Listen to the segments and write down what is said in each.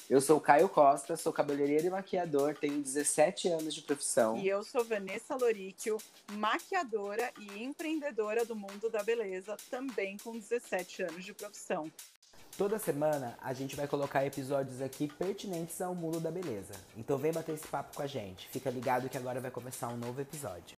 Eu sou o Caio Costa, sou cabeleireiro e maquiador, tenho 17 anos de profissão. E eu sou Vanessa Loríquio, maquiadora e empreendedora do mundo da beleza, também com 17 anos de profissão. Toda semana a gente vai colocar episódios aqui pertinentes ao mundo da beleza. Então vem bater esse papo com a gente. Fica ligado que agora vai começar um novo episódio.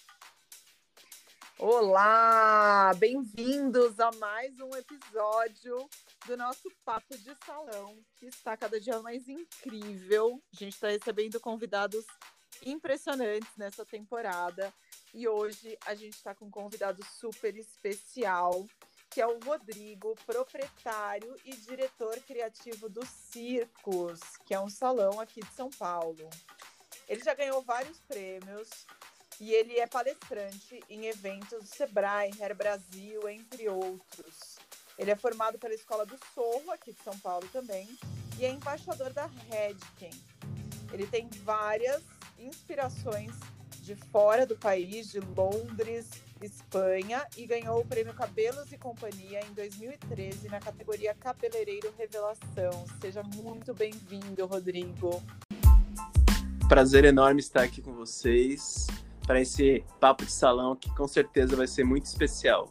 Olá! Bem-vindos a mais um episódio do nosso Papo de Salão, que está cada dia mais incrível. A gente está recebendo convidados impressionantes nessa temporada. E hoje a gente está com um convidado super especial, que é o Rodrigo, proprietário e diretor criativo do Circus, que é um salão aqui de São Paulo. Ele já ganhou vários prêmios e ele é palestrante em eventos do Sebrae, Hair Brasil, entre outros. Ele é formado pela Escola do Sorro, aqui de São Paulo também, e é embaixador da Redken. Ele tem várias inspirações de fora do país, de Londres, Espanha, e ganhou o prêmio Cabelos e Companhia em 2013 na categoria Cabeleireiro Revelação. Seja muito bem-vindo, Rodrigo. Prazer enorme estar aqui com vocês para esse papo de salão que com certeza vai ser muito especial.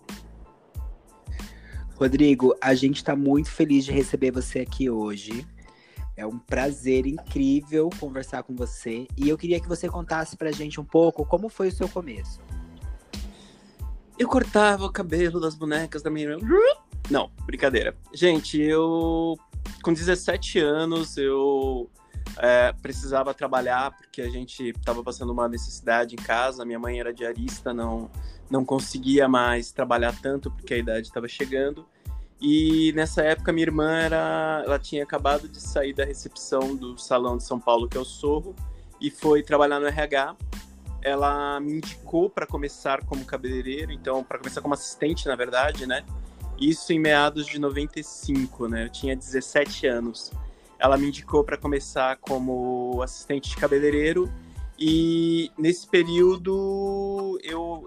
Rodrigo, a gente está muito feliz de receber você aqui hoje. É um prazer incrível conversar com você. E eu queria que você contasse pra gente um pouco como foi o seu começo. Eu cortava o cabelo das bonecas da minha irmã. Não, brincadeira. Gente, eu com 17 anos, eu precisava trabalhar porque a gente estava passando uma necessidade em casa. Minha mãe era diarista, não conseguia mais trabalhar tanto porque a idade estava chegando. E nessa época minha irmã ela tinha acabado de sair da recepção do Salão de São Paulo, que é o Sorro, e foi trabalhar no RH. Ela me indicou para começar como cabeleireiro, então para começar como assistente, na verdade, né? Isso em meados de 95, né? Eu tinha 17 anos. Ela me indicou para começar como assistente de cabeleireiro e nesse período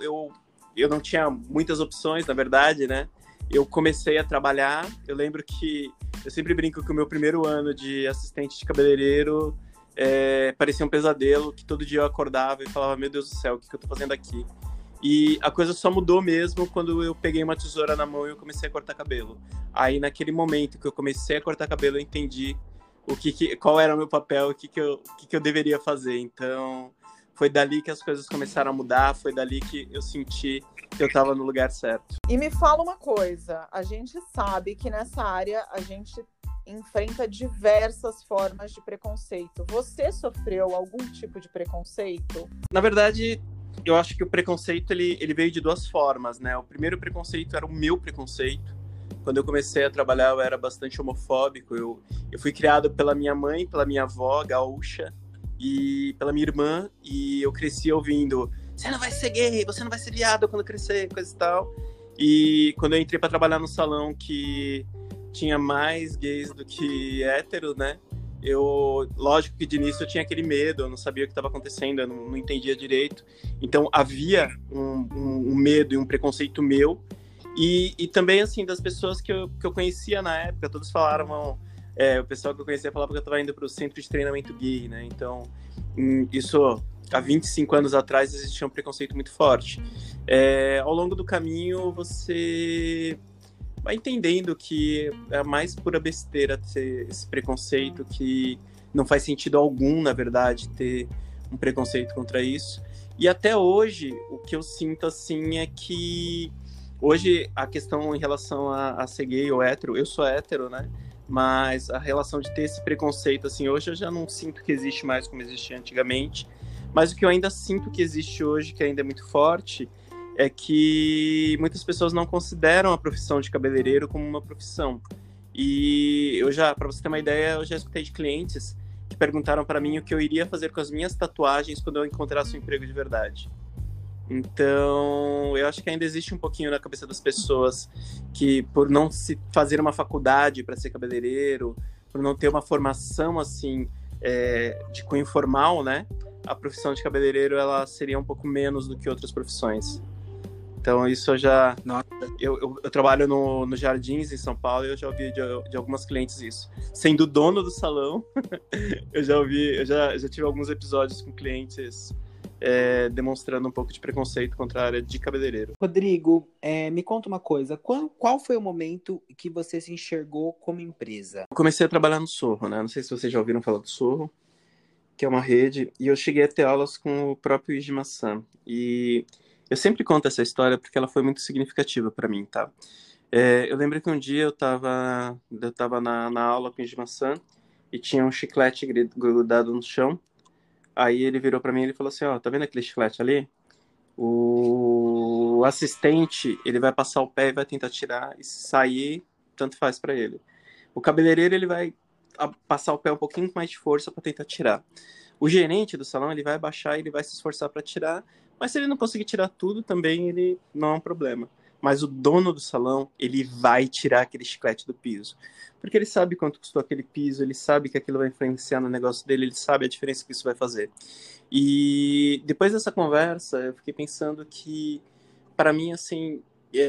eu não tinha muitas opções, na verdade, né? Eu comecei a trabalhar. Eu lembro que eu sempre brinco que o meu primeiro ano de assistente de cabeleireiro parecia um pesadelo, que todo dia eu acordava e falava, meu Deus do céu, o que eu tô fazendo aqui? E a coisa só mudou mesmo quando eu peguei uma tesoura na mão e eu comecei a cortar cabelo. Aí naquele momento que eu comecei a cortar cabelo, eu entendi qual era o meu papel, o que eu deveria fazer. Então foi dali que as coisas começaram a mudar, foi dali que eu senti que eu estava no lugar certo. E me fala uma coisa, a gente sabe que nessa área a gente enfrenta diversas formas de preconceito. Você sofreu algum tipo de preconceito? Na verdade, eu acho que o preconceito ele veio de duas formas, né? O primeiro preconceito era o meu preconceito. Quando eu comecei a trabalhar, eu era bastante homofóbico. Eu fui criado pela minha mãe, pela minha avó, gaúcha, e pela minha irmã, e eu cresci ouvindo: você não vai ser gay, você não vai ser viado quando crescer, coisa e tal. E quando eu entrei para trabalhar no salão que tinha mais gays do que héteros, né? Lógico que de início eu tinha aquele medo, eu não sabia o que estava acontecendo, eu não entendia direito. Então havia um medo e um preconceito meu. E também, assim, das pessoas que eu conhecia na época, todos falavam... o pessoal que eu conhecia falava que eu estava indo para o centro de treinamento gay, né? Então, isso... Há 25 anos atrás existia um preconceito muito forte. Ao longo do caminho, você vai entendendo que é a mais pura besteira ter esse preconceito, que não faz sentido algum, na verdade, ter um preconceito contra isso. E até hoje, o que eu sinto, assim, é que hoje a questão em relação a ser gay ou hétero, eu sou hétero, né? Mas a relação de ter esse preconceito, assim, hoje eu já não sinto que existe mais como existia antigamente. Mas o que eu ainda sinto que existe hoje, que ainda é muito forte, é que muitas pessoas não consideram a profissão de cabeleireiro como uma profissão. E para você ter uma ideia, eu já escutei de clientes que perguntaram para mim o que eu iria fazer com as minhas tatuagens quando eu encontrasse um emprego de verdade. Então, eu acho que ainda existe um pouquinho na cabeça das pessoas que, por não se fazer uma faculdade para ser cabeleireiro, por não ter uma formação assim de cunho formal, né? A profissão de cabeleireiro ela seria um pouco menos do que outras profissões. Então isso eu já... Nossa, Eu trabalho no Jardins, em São Paulo, e eu já ouvi de algumas clientes isso. Sendo dono do salão, eu já tive alguns episódios com clientes demonstrando um pouco de preconceito contra a área de cabeleireiro. Rodrigo, me conta uma coisa. Qual foi o momento que você se enxergou como empresa? Eu comecei a trabalhar no Sorro, né? Não sei se vocês já ouviram falar do Sorro, que é uma rede, e eu cheguei a ter aulas com o próprio Iji Massan. E eu sempre conto essa história porque ela foi muito significativa para mim, tá? Eu lembro que um dia eu tava na aula com o Iji Massan e tinha um chiclete grudado no chão. Aí ele virou para mim e ele falou assim, ó, tá vendo aquele chiclete ali? O assistente, ele vai passar o pé e vai tentar tirar, e se sair, tanto faz para ele. O cabeleireiro, ele vai passar o pé um pouquinho com mais de força para tentar tirar. O gerente do salão, ele vai abaixar e ele vai se esforçar para tirar, mas se ele não conseguir tirar tudo, também ele não é um problema. Mas o dono do salão, ele vai tirar aquele chiclete do piso. Porque ele sabe quanto custou aquele piso, ele sabe que aquilo vai influenciar no negócio dele, ele sabe a diferença que isso vai fazer. E depois dessa conversa, eu fiquei pensando que, para mim, assim,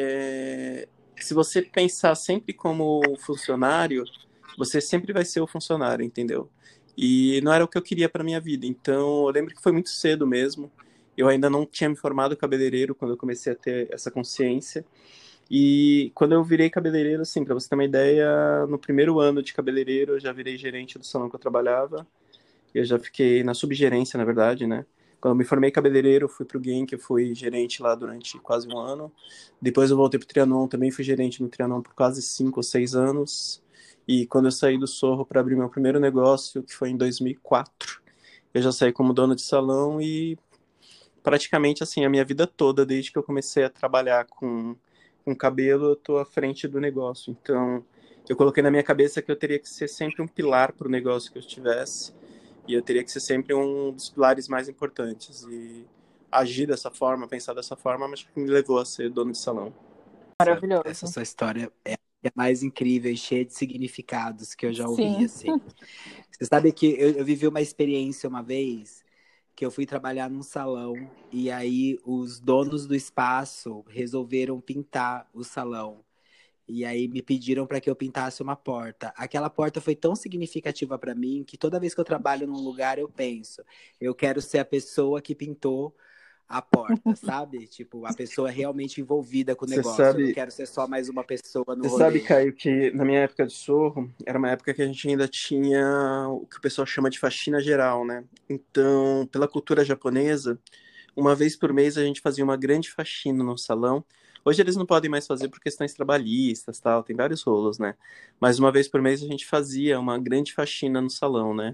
se você pensar sempre como funcionário, você sempre vai ser o funcionário, entendeu? E não era o que eu queria para minha vida. Então, eu lembro que foi muito cedo mesmo. Eu ainda não tinha me formado cabeleireiro quando eu comecei a ter essa consciência. E quando eu virei cabeleireiro, assim, para você ter uma ideia, no primeiro ano de cabeleireiro, eu já virei gerente do salão que eu trabalhava. Eu já fiquei na subgerência, na verdade, né? Quando eu me formei cabeleireiro, eu fui pro Genk, eu fui gerente lá durante quase um ano. Depois eu voltei pro Trianon, também fui gerente no Trianon por quase 5 ou 6 anos. E quando eu saí do Sorro para abrir meu primeiro negócio, que foi em 2004, eu já saí como dono de salão e praticamente assim a minha vida toda, desde que eu comecei a trabalhar com cabelo, eu tô à frente do negócio. Então, eu coloquei na minha cabeça que eu teria que ser sempre um pilar para o negócio que eu estivesse e eu teria que ser sempre um dos pilares mais importantes e agir dessa forma, pensar dessa forma, mas que me levou a ser dono de salão. Essa sua história é a mais incrível e cheia de significados que eu já ouvi, Sim. assim. Você sabe que eu vivi uma experiência uma vez que eu fui trabalhar num salão e aí os donos do espaço resolveram pintar o salão. E aí me pediram para que eu pintasse uma porta. Aquela porta foi tão significativa para mim que toda vez que eu trabalho num lugar eu penso, eu quero ser a pessoa que pintou a porta, sabe? Tipo, a pessoa realmente envolvida com o Você negócio. Eu não sabe, quero ser só mais uma pessoa no você sabe, rolê. Caio, que na minha época de Sorro, era uma época que a gente ainda tinha o que o pessoal chama de faxina geral, né? Então, pela cultura japonesa, uma vez por mês a gente fazia uma grande faxina no salão. Hoje eles não podem mais fazer por questões trabalhistas, tal, tem vários rolos, né? Mas uma vez por mês a gente fazia uma grande faxina no salão, né?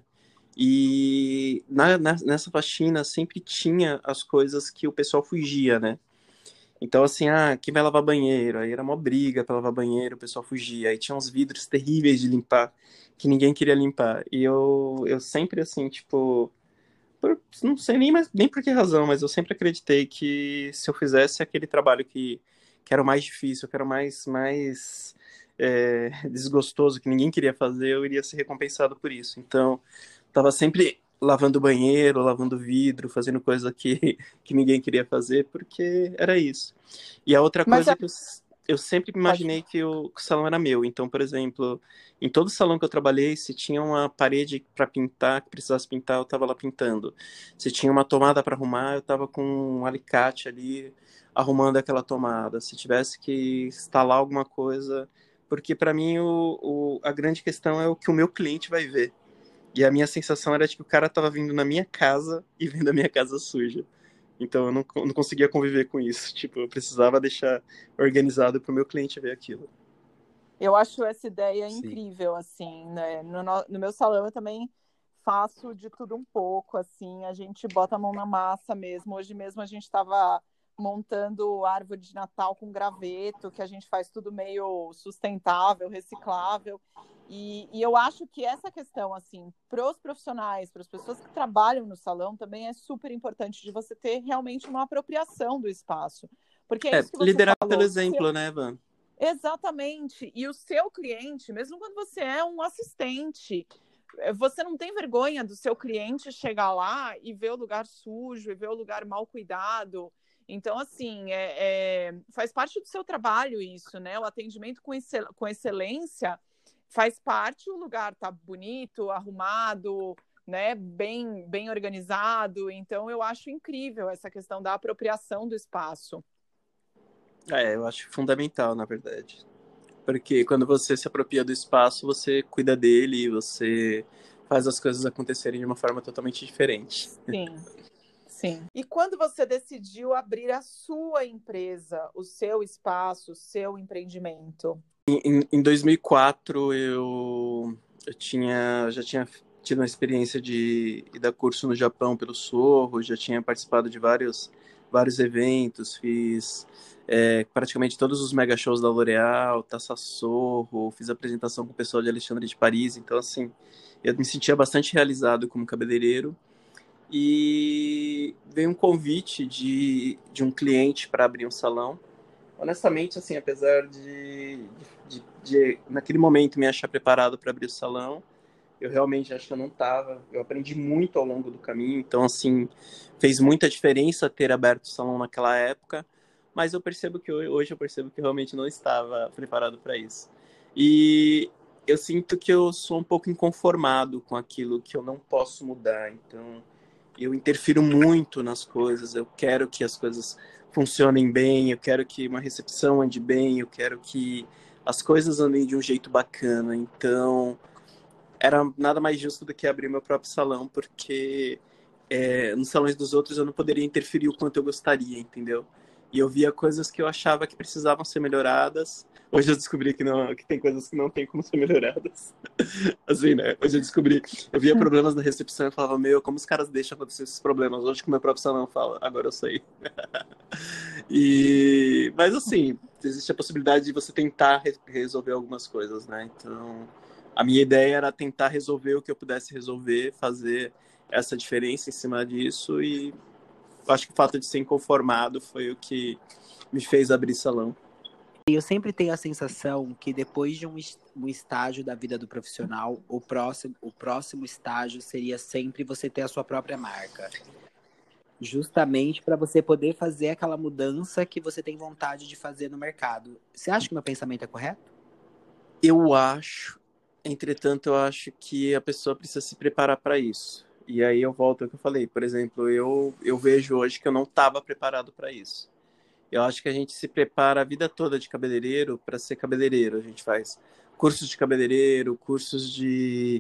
E nessa faxina sempre tinha as coisas que o pessoal fugia, né? Então, assim, quem vai lavar banheiro? Aí era uma briga pra lavar banheiro, o pessoal fugia. Aí tinha uns vidros terríveis de limpar, que ninguém queria limpar. E eu sempre, assim, tipo, não sei nem por que razão, mas eu sempre acreditei que se eu fizesse aquele trabalho que era o mais difícil, que era o mais desgostoso, que ninguém queria fazer, eu iria ser recompensado por isso. Então, tava sempre lavando banheiro, lavando vidro, fazendo coisa que ninguém queria fazer, porque era isso. E a outra Mas coisa que eu sempre pode imaginei que que o salão era meu. Então, por exemplo, em todo salão que eu trabalhei, se tinha uma parede para pintar, que precisasse pintar, eu estava lá pintando. Se tinha uma tomada para arrumar, eu estava com um alicate ali arrumando aquela tomada. Se tivesse que instalar alguma coisa, porque para mim a grande questão é o que o meu cliente vai ver. E a minha sensação era de que o cara estava vindo na minha casa e vendo a minha casa suja. Então eu não conseguia conviver com isso. Tipo, eu precisava deixar organizado para o meu cliente ver aquilo. Eu acho essa ideia Sim. incrível, assim, né? No meu salão eu também faço de tudo um pouco, assim, a gente bota a mão na massa mesmo. Hoje mesmo a gente estava montando árvore de Natal com graveto, que a gente faz tudo meio sustentável, reciclável. E eu acho que essa questão, assim, para os profissionais, para as pessoas que trabalham no salão, também é super importante de você ter realmente uma apropriação do espaço. Porque é isso que você Liderar pelo falou. exemplo, né, Van? Exatamente. E o seu cliente, mesmo quando você é um assistente, você não tem vergonha do seu cliente chegar lá e ver o lugar sujo, e ver o lugar mal cuidado, Então, assim, faz parte do seu trabalho isso, né? O atendimento com excelência faz parte, o lugar tá bonito, arrumado, né? Bem organizado. Então, eu acho incrível essa questão da apropriação do espaço. Eu acho fundamental, na verdade. Porque quando você se apropria do espaço, você cuida dele, você faz as coisas acontecerem de uma forma totalmente diferente. Sim. Sim. E quando você decidiu abrir a sua empresa, o seu espaço, o seu empreendimento? Em 2004, já tinha tido uma experiência de dar curso no Japão pelo Sorro, já tinha participado de vários eventos, fiz praticamente todos os mega shows da L'Oréal, Taça Sorro, fiz apresentação com o pessoal de Alexandre de Paris, então assim, eu me sentia bastante realizado como cabeleireiro. E veio um convite de um cliente para abrir um salão. Honestamente, assim, apesar de naquele momento me achar preparado para abrir o salão, eu realmente acho que eu não estava. Eu aprendi muito ao longo do caminho, então, assim, fez muita diferença ter aberto o salão naquela época, mas eu percebo que hoje eu percebo que eu realmente não estava preparado para isso. E eu sinto que eu sou um pouco inconformado com aquilo que eu não posso mudar, então eu interfiro muito nas coisas, eu quero que as coisas funcionem bem, eu quero que uma recepção ande bem, eu quero que as coisas andem de um jeito bacana. Então, era nada mais justo do que abrir meu próprio salão, porque nos salões dos outros eu não poderia interferir o quanto eu gostaria, entendeu? E eu via coisas que eu achava que precisavam ser melhoradas. Hoje eu descobri que tem coisas que não tem como ser melhoradas. Assim, né? Hoje eu via problemas na recepção e falava, como os caras deixam acontecer esses problemas? Hoje com o meu próprio salão fala, agora eu sei. Mas assim, existe a possibilidade de você tentar resolver algumas coisas, né? Então, a minha ideia era tentar resolver o que eu pudesse resolver, fazer essa diferença em cima disso, e acho que o fato de ser inconformado foi o que me fez abrir salão. Eu sempre tenho a sensação que depois de um estágio da vida do profissional, o próximo estágio seria sempre você ter a sua própria marca. Justamente para você poder fazer aquela mudança que você tem vontade de fazer no mercado. Você acha que meu pensamento é correto? Eu acho, entretanto, eu acho que a pessoa precisa se preparar para isso. E aí eu volto ao que eu falei. Por exemplo, eu vejo hoje que eu não estava preparado para isso. Eu acho que a gente se prepara a vida toda de cabeleireiro para ser cabeleireiro. A gente faz cursos de cabeleireiro, cursos de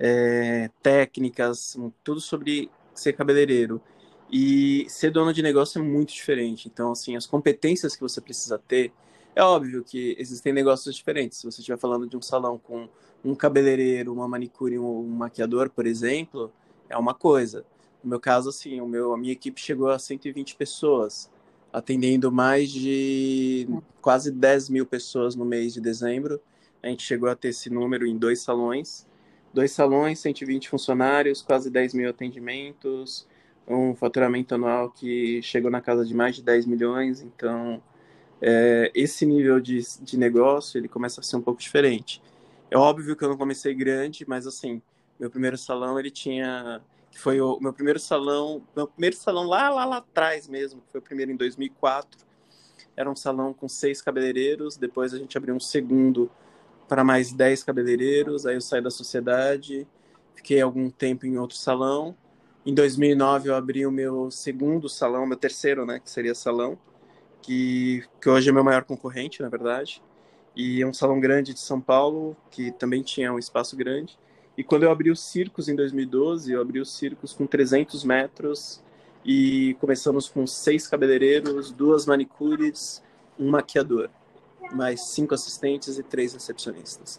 técnicas, tudo sobre ser cabeleireiro. E ser dono de negócio é muito diferente. Então, assim, as competências que você precisa ter, é óbvio que existem negócios diferentes. Se você estiver falando de um salão com um cabeleireiro, uma manicure e um maquiador, por exemplo, é uma coisa. No meu caso, assim, a minha equipe chegou a 120 pessoas, atendendo mais de quase 10 mil pessoas no mês de dezembro. A gente chegou a ter esse número em 2 salões. 2 salões, 120 funcionários, quase 10 mil atendimentos, um faturamento anual que chegou na casa de mais de 10 milhões. Então, esse nível de negócio, ele começa a ser um pouco diferente. É óbvio que eu não comecei grande, mas assim, meu primeiro salão, ele tinha... Foi o meu primeiro salão lá atrás mesmo, que foi o primeiro em 2004. Era um salão com 6 cabeleireiros, depois a gente abriu um segundo para mais 10 cabeleireiros, aí eu saí da sociedade, fiquei algum tempo em outro salão. Em 2009 eu abri o meu segundo salão, meu terceiro, né, que seria salão, que hoje é meu maior concorrente, na verdade. E é um salão grande de São Paulo, que também tinha um espaço grande. E quando eu abri o Circus em 2012, eu abri o Circus com 300 metros e começamos com 6 cabeleireiros, 2 manicures, um maquiador, mais 5 assistentes e 3 recepcionistas.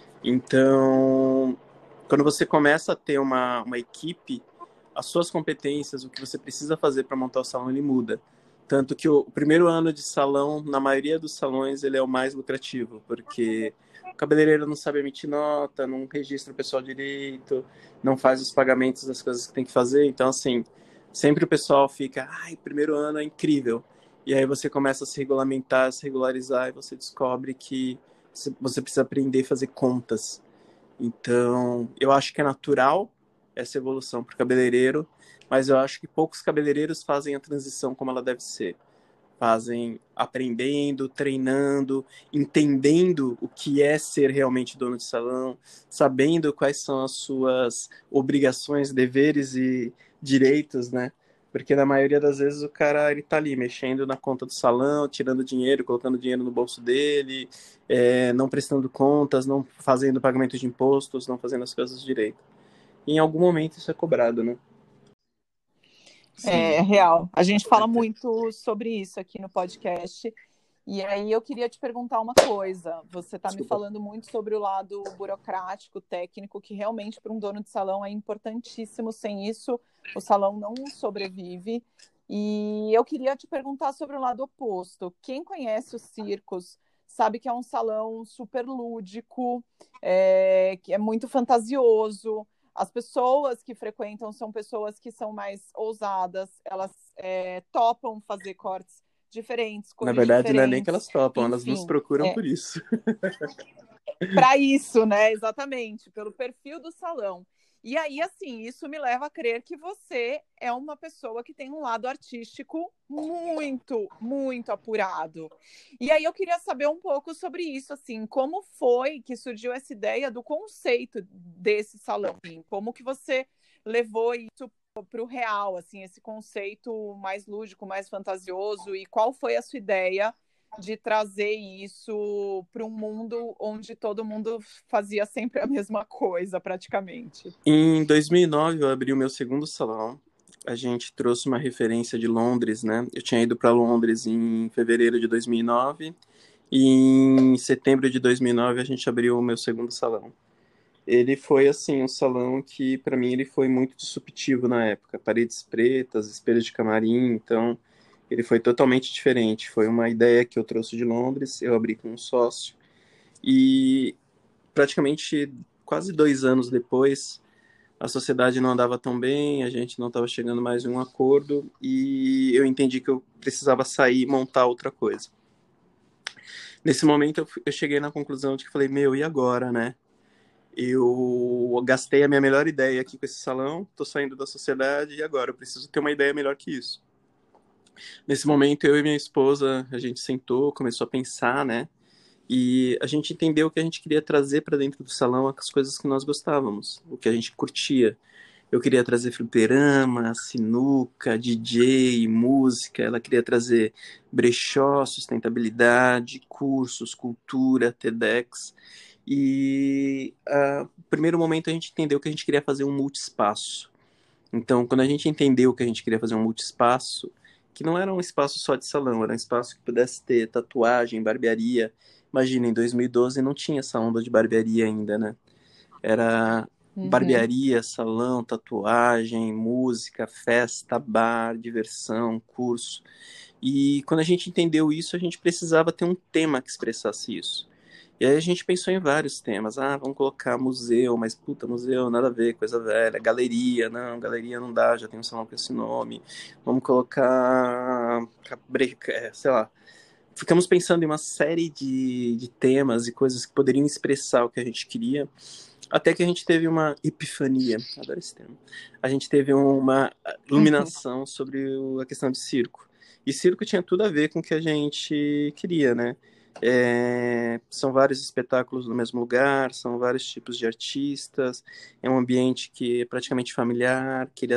Então, quando você começa a ter uma equipe, as suas competências, o que você precisa fazer para montar o salão, ele muda. Tanto que o primeiro ano de salão, na maioria dos salões, ele é o mais lucrativo, porque o cabeleireiro não sabe emitir nota, não registra o pessoal direito, não faz os pagamentos das coisas que tem que fazer. Então, assim, sempre o pessoal fica, primeiro ano é incrível. E aí você começa a se regulamentar, a se regularizar, e você descobre que você precisa aprender a fazer contas. Então, eu acho que é natural essa evolução para o cabeleireiro, mas eu acho que poucos cabeleireiros fazem a transição como ela deve ser. fazem aprendendo, treinando, entendendo o que é ser realmente dono de salão, sabendo quais são as suas obrigações, deveres e direitos, né? Porque na maioria das vezes o cara ele tá ali mexendo na conta do salão, tirando dinheiro, colocando dinheiro no bolso dele, não prestando contas, não fazendo pagamento de impostos, não fazendo as coisas direito. E em algum momento isso é cobrado, né? É real. A gente fala muito sobre isso aqui no podcast. E aí eu queria te perguntar uma coisa. Você está me falando muito sobre o lado burocrático, técnico, que realmente para um dono de salão é importantíssimo. Sem isso, o salão não sobrevive. E eu queria te perguntar sobre o lado oposto. Quem conhece os circos sabe que é um salão super lúdico, que é muito fantasioso. As pessoas que frequentam são pessoas que são mais ousadas, elas topam fazer cortes diferentes, Na cores verdade, não é nem que diferentes, elas topam, elas nos enfim, procuram por isso. para isso, né? Exatamente, pelo perfil do salão. E aí, assim, isso me leva a crer que você é uma pessoa que tem um lado artístico muito, muito apurado. E aí eu queria saber um pouco sobre isso, assim, como foi que surgiu essa ideia do conceito desse salão? Como que você levou isso para o real, assim, esse conceito mais lúdico, mais fantasioso, e qual foi a sua ideia de trazer isso para um mundo onde todo mundo fazia sempre a mesma coisa, praticamente? Em 2009, eu abri o meu segundo salão. A gente trouxe uma referência de Londres, né? Eu tinha ido para Londres em fevereiro de 2009 e em setembro de 2009 a gente abriu o meu segundo salão. Ele foi, assim, um salão que, para mim, ele foi muito disruptivo na época. Paredes pretas, espelhos de camarim, então ele foi totalmente diferente. Foi uma ideia que eu trouxe de Londres, eu abri com um sócio e praticamente quase 2 anos depois a sociedade não andava tão bem, a gente não estava chegando mais em um acordo e eu entendi que eu precisava sair e montar outra coisa. Nesse momento eu cheguei na conclusão de que falei, meu, e agora, né? Eu gastei a minha melhor ideia aqui com esse salão, tô saindo da sociedade e agora eu preciso ter uma ideia melhor que isso. Nesse momento eu e minha esposa, a gente sentou, começou a pensar, né? E a gente entendeu o que a gente queria trazer para dentro do salão, as coisas que nós gostávamos, o que a gente curtia. Eu queria trazer fliperama, sinuca, DJ, música. Ela queria trazer brechó, sustentabilidade, cursos, cultura, TEDx. E no primeiro momento a gente entendeu que a gente queria fazer um multiespaço. Então, quando a gente entendeu que a gente queria fazer um multiespaço, que não era um espaço só de salão, era um espaço que pudesse ter tatuagem, barbearia. Imagina, em 2012 não tinha essa onda de barbearia ainda, né? Era barbearia, salão, tatuagem, música, festa, bar, diversão, curso. E quando a gente entendeu isso, a gente precisava ter um tema que expressasse isso. E aí a gente pensou em vários temas. Ah, vamos colocar museu, mas puta, museu, nada a ver, coisa velha. Galeria não dá, já tem um salão com esse nome. Vamos colocar, sei lá. Ficamos pensando em uma série de temas e coisas que poderiam expressar o que a gente queria. Até que a gente teve uma epifania, adoro esse termo. A gente teve uma iluminação sobre a questão de circo. E circo tinha tudo a ver com o que a gente queria, né? São vários espetáculos no mesmo lugar, são vários tipos de artistas, é um ambiente que é praticamente familiar, que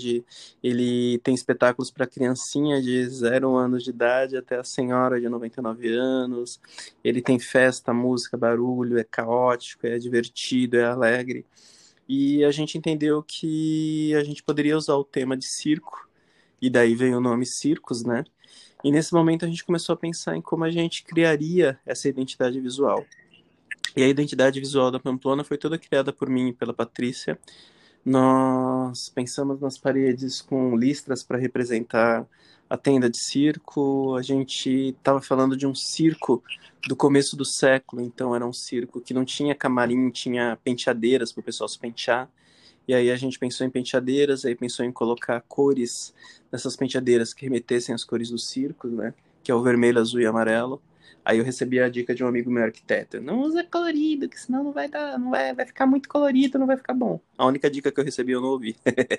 ele tem espetáculos para criancinha de 0 anos de idade até a senhora de 99 anos, ele tem festa, música, barulho, é caótico, é divertido, é alegre, e a gente entendeu que a gente poderia usar o tema de circo, e daí veio o nome Circos, né? E nesse momento a gente começou a pensar em como a gente criaria essa identidade visual. E a identidade visual da Pamplona foi toda criada por mim e pela Patrícia. Nós pensamos nas paredes com listras para representar a tenda de circo. A gente estava falando de um circo do começo do século, então era um circo que não tinha camarim, tinha penteadeiras para o pessoal se pentear. E aí a gente pensou em penteadeiras, aí pensou em colocar cores nessas penteadeiras que remetessem às cores do circo, né? Que é o vermelho, azul e amarelo. Aí eu recebi a dica de um amigo meu arquiteto: não usa colorido, que senão não vai dar, vai ficar muito colorido, não vai ficar bom. A única dica que eu recebi eu não ouvi.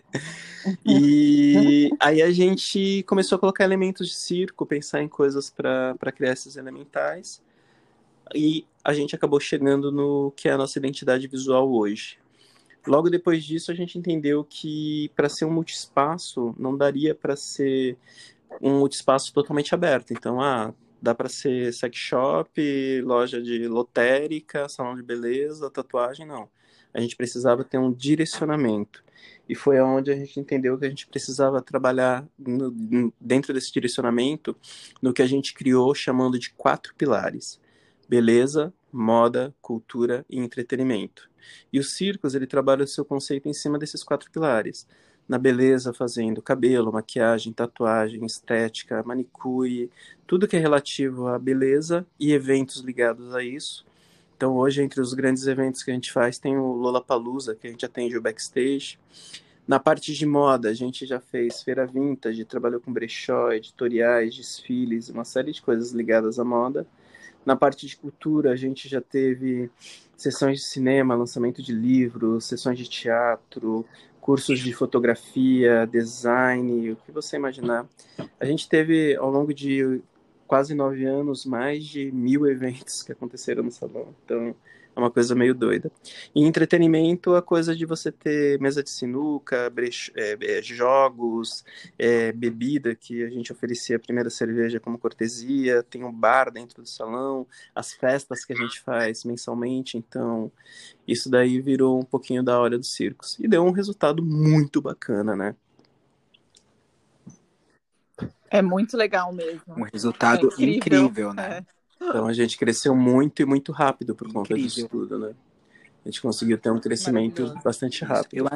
E aí a gente começou a colocar elementos de circo, pensar em coisas para criar esses elementais. E a gente acabou chegando no que é a nossa identidade visual hoje. Logo depois disso, a gente entendeu que para ser um multiespaço, não daria para ser um multiespaço totalmente aberto. Então, dá para ser sex shop, loja de lotérica, salão de beleza, tatuagem, não. A gente precisava ter um direcionamento. E foi onde a gente entendeu que a gente precisava trabalhar dentro desse direcionamento, no que a gente criou chamando de 4 pilares: beleza, moda, cultura e entretenimento. E o Circos, ele trabalha o seu conceito em cima desses 4 pilares. Na beleza, fazendo cabelo, maquiagem, tatuagem, estética, manicure, tudo que é relativo à beleza e eventos ligados a isso. Então, hoje, entre os grandes eventos que a gente faz, tem o Lollapalooza, que a gente atende o backstage. Na parte de moda, a gente já fez feira vintage, trabalhou com brechó, editoriais, desfiles, uma série de coisas ligadas à moda. Na parte de cultura, a gente já teve sessões de cinema, lançamento de livros, sessões de teatro, cursos de fotografia, design, o que você imaginar. A gente teve, ao longo de quase 9 anos, mais de 1.000 eventos que aconteceram no salão. Então, é uma coisa meio doida. E entretenimento, a coisa de você ter mesa de sinuca, jogos, bebida, que a gente oferecia a primeira cerveja como cortesia, tem um bar dentro do salão, as festas que a gente faz mensalmente. Então, isso daí virou um pouquinho da hora dos circos. E deu um resultado muito bacana, né? É muito legal mesmo. Um resultado incrível, né? Então a gente cresceu muito e muito rápido por conta disso tudo, né? A gente conseguiu ter um crescimento bastante rápido.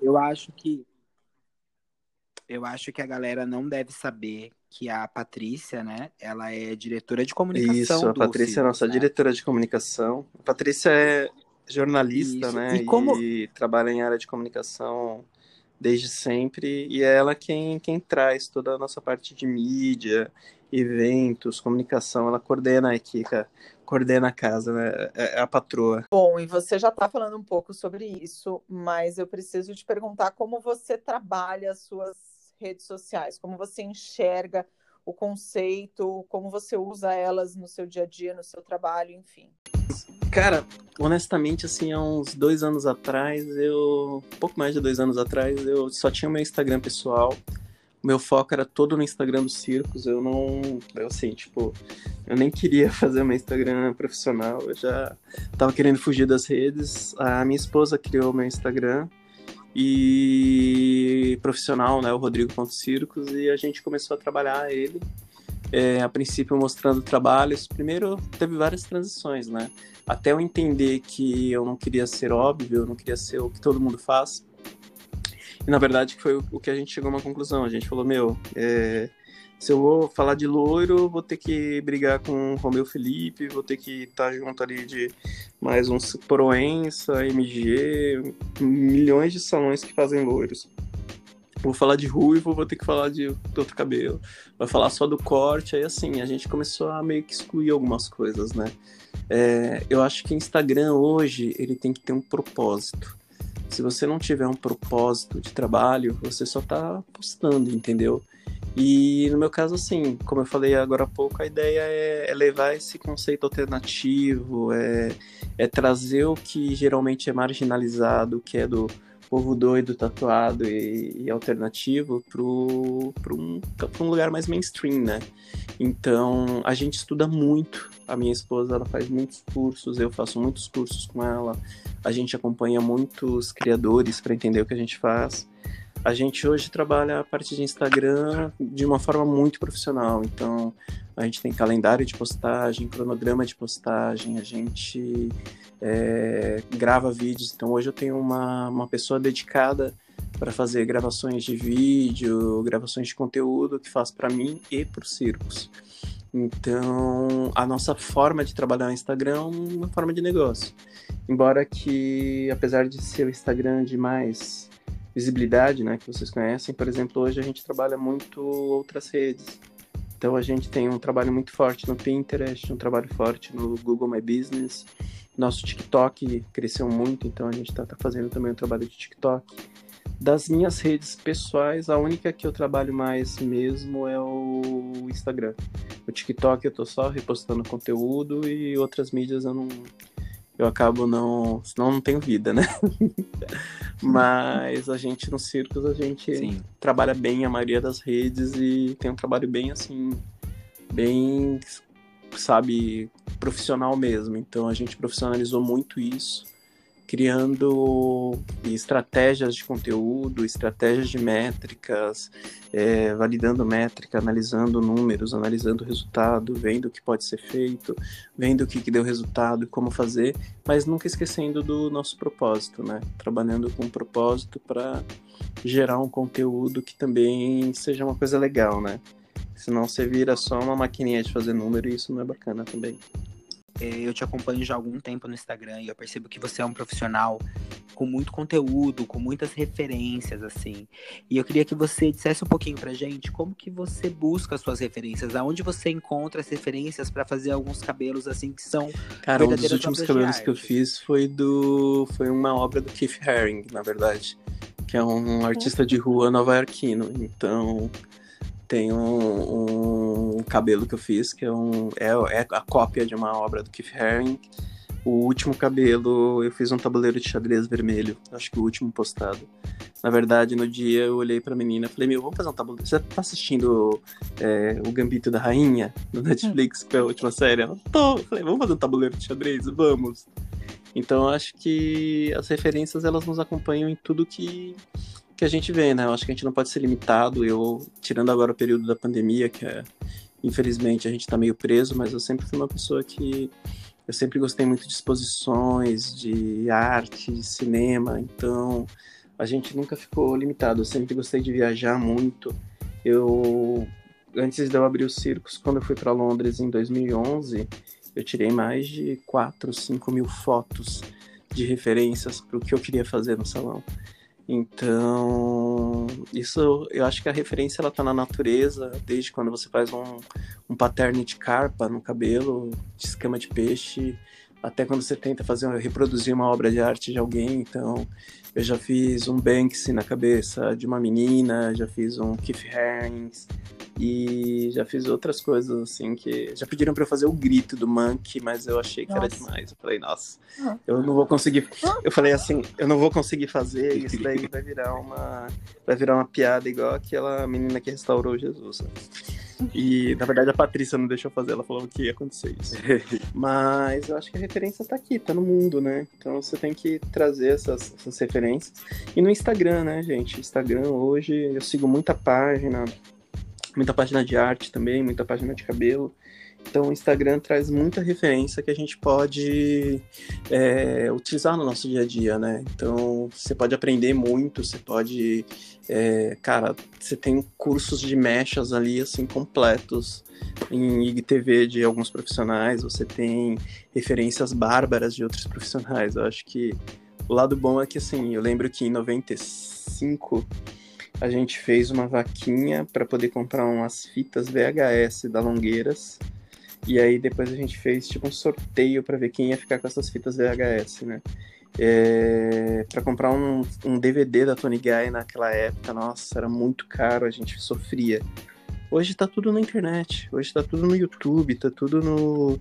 Eu acho que a galera não deve saber que a Patrícia, né? Ela é diretora de comunicação. Isso, a Patrícia é a nossa diretora de comunicação. A Patrícia é jornalista, né? E trabalha em área de comunicação desde sempre, e é ela quem traz toda a nossa parte de mídia, eventos, comunicação. Ela coordena aqui, coordena a casa, né? É a patroa. Bom, e você já está falando um pouco sobre isso, mas eu preciso te perguntar como você trabalha as suas redes sociais, como você enxerga o conceito, como você usa elas no seu dia a dia, no seu trabalho, enfim. Cara, honestamente, assim, há uns 2 anos atrás, pouco mais de 2 anos atrás, eu só tinha o meu Instagram pessoal. O meu foco era todo no Instagram dos circos. Eu nem queria fazer meu Instagram profissional. Eu já tava querendo fugir das redes. A minha esposa criou meu Instagram e profissional, né, o Rodrigo.circos, e a gente começou a trabalhar ele. A princípio mostrando trabalhos. Primeiro teve várias transições, né? Até eu entender que eu não queria ser óbvio, eu não queria ser o que todo mundo faz. E na verdade foi o que a gente chegou a uma conclusão. A gente falou, se eu vou falar de loiro, vou ter que brigar com o Romeu Felipe, vou ter que estar junto ali de mais uns Proença, MG, milhões de salões que fazem loiros. Vou falar de ruivo, vou ter que falar de outro cabelo. Vai falar só do corte. Aí assim, a gente começou a meio que excluir algumas coisas, né? Eu acho que Instagram hoje, ele tem que ter um propósito. Se você não tiver um propósito de trabalho, você só tá postando, entendeu? E no meu caso, assim, como eu falei agora há pouco, a ideia é levar esse conceito alternativo, é trazer o que geralmente é marginalizado, que é do povo doido, tatuado e alternativo para um lugar mais mainstream, né? Então, a gente estuda muito. A minha esposa, ela faz muitos cursos, eu faço muitos cursos com ela. A gente acompanha muitos criadores para entender o que a gente faz. A gente hoje trabalha a parte de Instagram de uma forma muito profissional. Então, a gente tem calendário de postagem, cronograma de postagem, a gente grava vídeos. Então, hoje eu tenho uma pessoa dedicada para fazer gravações de vídeo, gravações de conteúdo que faz para mim e para os circos. Então, a nossa forma de trabalhar no Instagram é uma forma de negócio. Embora que, apesar de ser o Instagram de mais visibilidade, né, que vocês conhecem, por exemplo, hoje a gente trabalha muito outras redes. Então a gente tem um trabalho muito forte no Pinterest, um trabalho forte no Google My Business. Nosso TikTok cresceu muito, então a gente está fazendo também um trabalho de TikTok. Das minhas redes pessoais, a única que eu trabalho mais mesmo é o Instagram. O TikTok eu tô só repostando conteúdo e outras mídias eu acabo senão não tenho vida, né? Mas a gente nos circos, a gente Sim. trabalha bem a maioria das redes e tem um trabalho bem assim, bem, sabe, profissional mesmo. Então a gente profissionalizou muito isso, criando estratégias de conteúdo, estratégias de métricas, validando métrica, analisando números, analisando o resultado, vendo o que pode ser feito, vendo o que deu resultado e como fazer, mas nunca esquecendo do nosso propósito, né? Trabalhando com um propósito para gerar um conteúdo que também seja uma coisa legal, né? Senão você vira só uma maquininha de fazer número e isso não é bacana também. Eu te acompanho já há algum tempo no Instagram e eu percebo que você é um profissional com muito conteúdo, com muitas referências, assim. E eu queria que você dissesse um pouquinho pra gente como que você busca as suas referências, aonde você encontra as referências para fazer alguns cabelos, assim, que são Cara, um dos verdadeiras últimos obras de cabelos que eu arte. fiz foi uma obra do Keith Haring, na verdade, que é um artista de rua nova-iorquino. Então, tem um cabelo que eu fiz que é a cópia de uma obra do Keith Haring. O último cabelo, eu fiz um tabuleiro de xadrez vermelho, acho que o último postado. Na verdade, no dia eu olhei pra menina e falei, vamos fazer um tabuleiro. Você tá assistindo o Gambito da Rainha, do Netflix, que é a última série? Ela, tô. Eu falei, vamos fazer um tabuleiro de xadrez? Vamos. Então, eu acho que as referências, elas nos acompanham em tudo que a gente vê, né? Eu acho que a gente não pode ser limitado. Tirando agora o período da pandemia, que infelizmente a gente tá meio preso, mas eu sempre fui uma pessoa que eu sempre gostei muito de exposições, de arte, de cinema, então a gente nunca ficou limitado. Eu sempre gostei de viajar muito. Antes de eu abrir os circos, quando eu fui para Londres em 2011, eu tirei mais de 4, 5 mil fotos de referências para o que eu queria fazer no salão. Então, isso, eu acho que a referência ela tá na natureza, desde quando você faz um pattern de carpa no cabelo, de escama de peixe, até quando você tenta reproduzir uma obra de arte de alguém. Então, eu já fiz um Banksy na cabeça de uma menina, já fiz um Keith Haring e já fiz outras coisas assim que já pediram para eu fazer o grito do Monkey, mas eu achei que era demais. Eu falei, nossa, eu não vou conseguir. Eu falei assim, eu não vou conseguir fazer, isso daí vai virar uma piada igual aquela menina que restaurou Jesus. Né? E, na verdade, a Patrícia não deixou fazer, ela falou que ia acontecer isso. Mas eu acho que a referência tá aqui, tá no mundo, né? Então você tem que trazer essas referências. E no Instagram, né, gente? Instagram, hoje, eu sigo muita página de arte também, muita página de cabelo. Então o Instagram traz muita referência que a gente pode utilizar no nosso dia a dia, né? Então você pode aprender muito, você pode... cara, você tem cursos de mechas ali, assim, completos em IGTV de alguns profissionais, você tem referências bárbaras de outros profissionais. Eu acho que o lado bom é que, assim, eu lembro que em 95... a gente fez uma vaquinha para poder comprar umas fitas VHS da Longueiras. E aí depois a gente fez tipo um sorteio para ver quem ia ficar com essas fitas VHS, né? Para comprar um DVD da Tony Guy naquela época, nossa, era muito caro, a gente sofria. Hoje tá tudo na internet, hoje tá tudo no YouTube, tá tudo no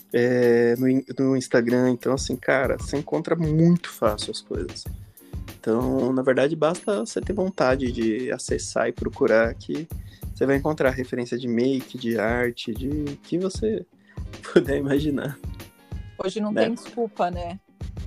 Instagram. Então, assim, cara, você encontra muito fácil as coisas. Então, na verdade, basta você ter vontade de acessar e procurar que você vai encontrar referência de make, de arte, de que você puder imaginar. Hoje não tem desculpa, né?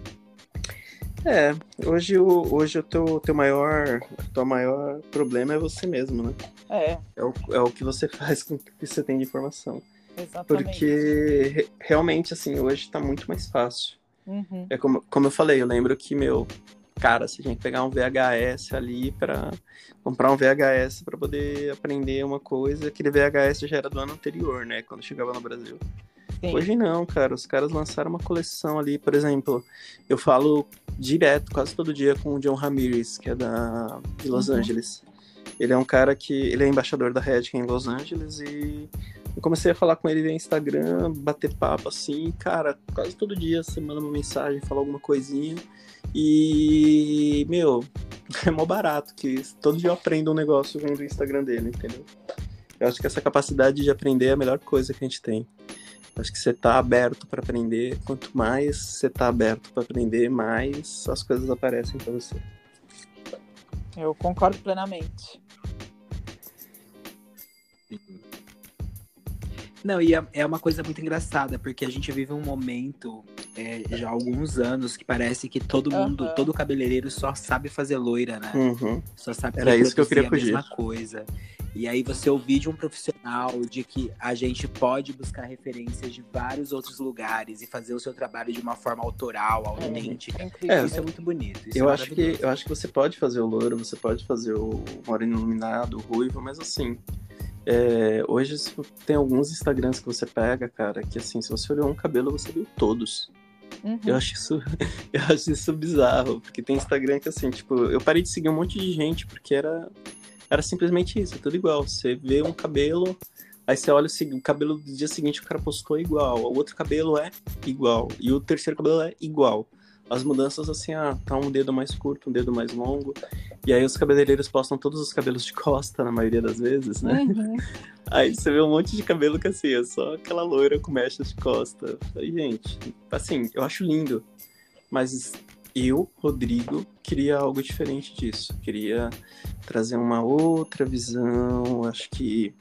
Hoje o teu maior problema é você mesmo, né? É o que você faz com o que você tem de informação. Exatamente. Porque realmente, assim, hoje tá muito mais fácil. Uhum. É como eu falei, eu lembro que, cara, você tinha que pegar um VHS ali pra comprar um VHS pra poder aprender uma coisa. Aquele VHS já era do ano anterior, né? Quando chegava no Brasil. Sim. Hoje não, cara. Os caras lançaram uma coleção ali. Por exemplo, eu falo direto, quase todo dia, com o John Ramirez, que é de Los Angeles. Ele é um cara que... Ele é embaixador da Redken em Los Angeles e eu comecei a falar com ele via Instagram, bater papo assim, cara, quase todo dia você manda uma mensagem, fala alguma coisinha e, meu, é mó barato, que todo dia eu aprendo um negócio vendo o Instagram dele, entendeu? Eu acho que essa capacidade de aprender é a melhor coisa que a gente tem. Eu acho que você tá aberto para aprender, quanto mais você tá aberto para aprender, mais as coisas aparecem para você. Eu concordo plenamente. Não, e é uma coisa muito engraçada, porque a gente vive um momento, já há alguns anos, que parece que todo mundo, todo cabeleireiro só sabe fazer loira, né? Só sabe Era isso que eu queria a fugir. mesma coisa. E aí você ouvir de um profissional de que a gente pode buscar referências de vários outros lugares e fazer o seu trabalho de uma forma autoral, autêntica. Isso é muito bonito. Eu acho que você pode fazer o loiro, você pode fazer o moreno iluminado, o ruivo, mas assim... hoje tem alguns Instagrams que você pega, cara, que assim, se você olhou um cabelo, você viu todos. Eu acho isso bizarro, porque tem Instagram que assim, tipo, eu parei de seguir um monte de gente, porque era simplesmente isso, é tudo igual. Você vê um cabelo, aí você olha o cabelo do dia seguinte, o cara postou igual, o outro cabelo é igual, e o terceiro cabelo é igual. As mudanças assim, tá um dedo mais curto, um dedo mais longo. E aí os cabeleireiros postam todos os cabelos de costa, na maioria das vezes, né? Aí você vê um monte de cabelo que assim, é só aquela loira com mechas de costa. Aí, gente, assim, eu acho lindo. Mas eu, Rodrigo, queria algo diferente disso. Queria trazer uma outra visão. Eu acho que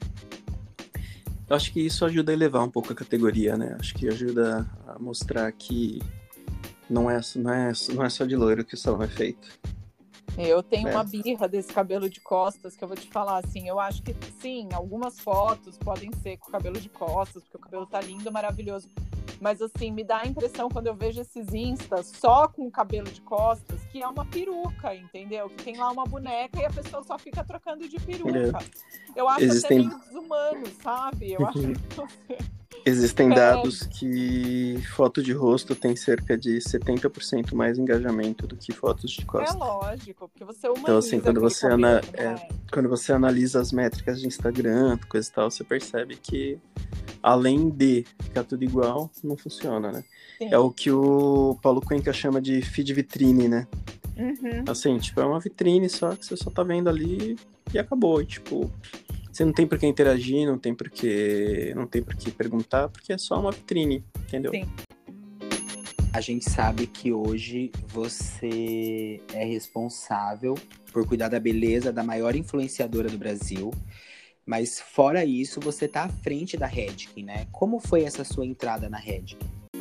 isso ajuda a elevar um pouco a categoria, né? Acho que ajuda a mostrar que não é só de loiro que o salão é feito. Eu tenho uma birra desse cabelo de costas que eu vou te falar, assim, eu acho que sim, algumas fotos podem ser com cabelo de costas, porque o cabelo tá lindo, maravilhoso, mas assim, me dá a impressão quando eu vejo esses instas só com cabelo de costas, que é uma peruca, entendeu? Que tem lá uma boneca e a pessoa só fica trocando de peruca. Eu acho até meio desumano, sabe? Eu acho que Existem dados que foto de rosto tem cerca de 70% mais engajamento do que fotos de costas. É lógico, porque você humaniza. Então, assim, quando você analisa as métricas de Instagram, coisa e tal, você percebe que, além de ficar tudo igual, não funciona, né? Sim. É o que o Paulo Cuenca chama de feed vitrine, né? Assim, tipo, é uma vitrine só que você só tá vendo ali e acabou. E, tipo... Você não tem por que interagir, não tem por que perguntar, porque é só uma vitrine, entendeu? Sim. A gente sabe que hoje você é responsável por cuidar da beleza da maior influenciadora do Brasil, mas fora isso, você tá à frente da Redken, né? Como foi essa sua entrada na Redken?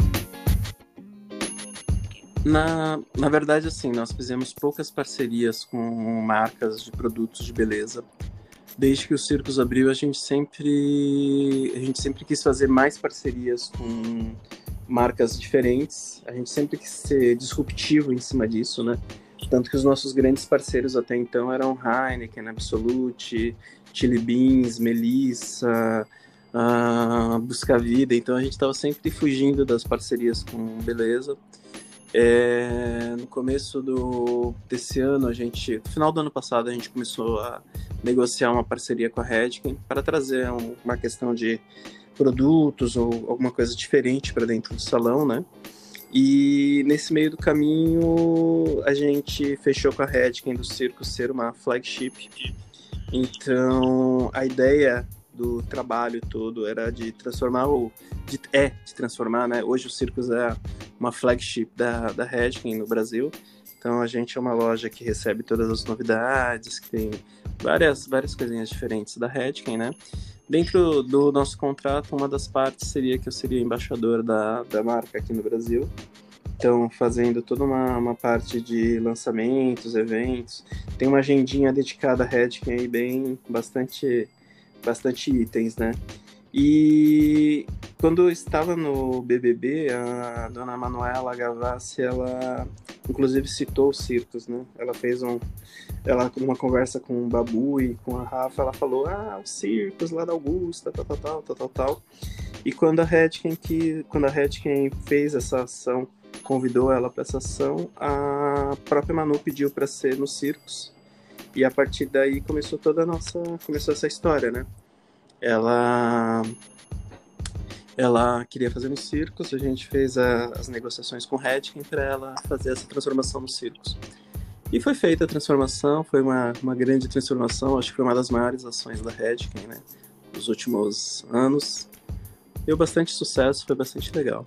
Na verdade, assim, nós fizemos poucas parcerias com marcas de produtos de beleza. Desde que o Circus abriu, a gente sempre quis fazer mais parcerias com marcas diferentes. A gente sempre quis ser disruptivo em cima disso, né? Tanto que os nossos grandes parceiros até então eram Heineken, Absolute, Chili Beans, Melissa, Busca Vida. Então a gente estava sempre fugindo das parcerias com beleza. No começo desse ano, no final do ano passado, a gente começou a negociar uma parceria com a Redken para trazer uma questão de produtos ou alguma coisa diferente para dentro do salão, né? E nesse meio do caminho, a gente fechou com a Redken do Circo ser uma flagship. Então, a ideia do trabalho todo era de transformar né? Hoje o Circus é uma flagship da Redken no Brasil. Então a gente é uma loja que recebe todas as novidades, que tem várias coisinhas diferentes da Redken, né? Dentro do nosso contrato, uma das partes seria que eu seria embaixador da marca aqui no Brasil. Então, fazendo toda uma parte de lançamentos, eventos. Tem uma agendinha dedicada à Redken aí, bastante itens, né? E quando eu estava no BBB, a dona Manuela Gavassi, ela inclusive citou o Circus, né? Ela fez uma conversa com o Babu e com a Rafa, ela falou, o Circus lá da Augusta, tal. E quando a Redken fez essa ação, convidou ela para essa ação, a própria Manu pediu para ser no Circus. E a partir daí começou começou essa história, né? Ela queria fazer nos circos, a gente fez as negociações com o Redken para ela fazer essa transformação nos circos. E foi feita a transformação, foi uma grande transformação, acho que foi uma das maiores ações da Redken, né, nos últimos anos. Deu bastante sucesso, foi bastante legal.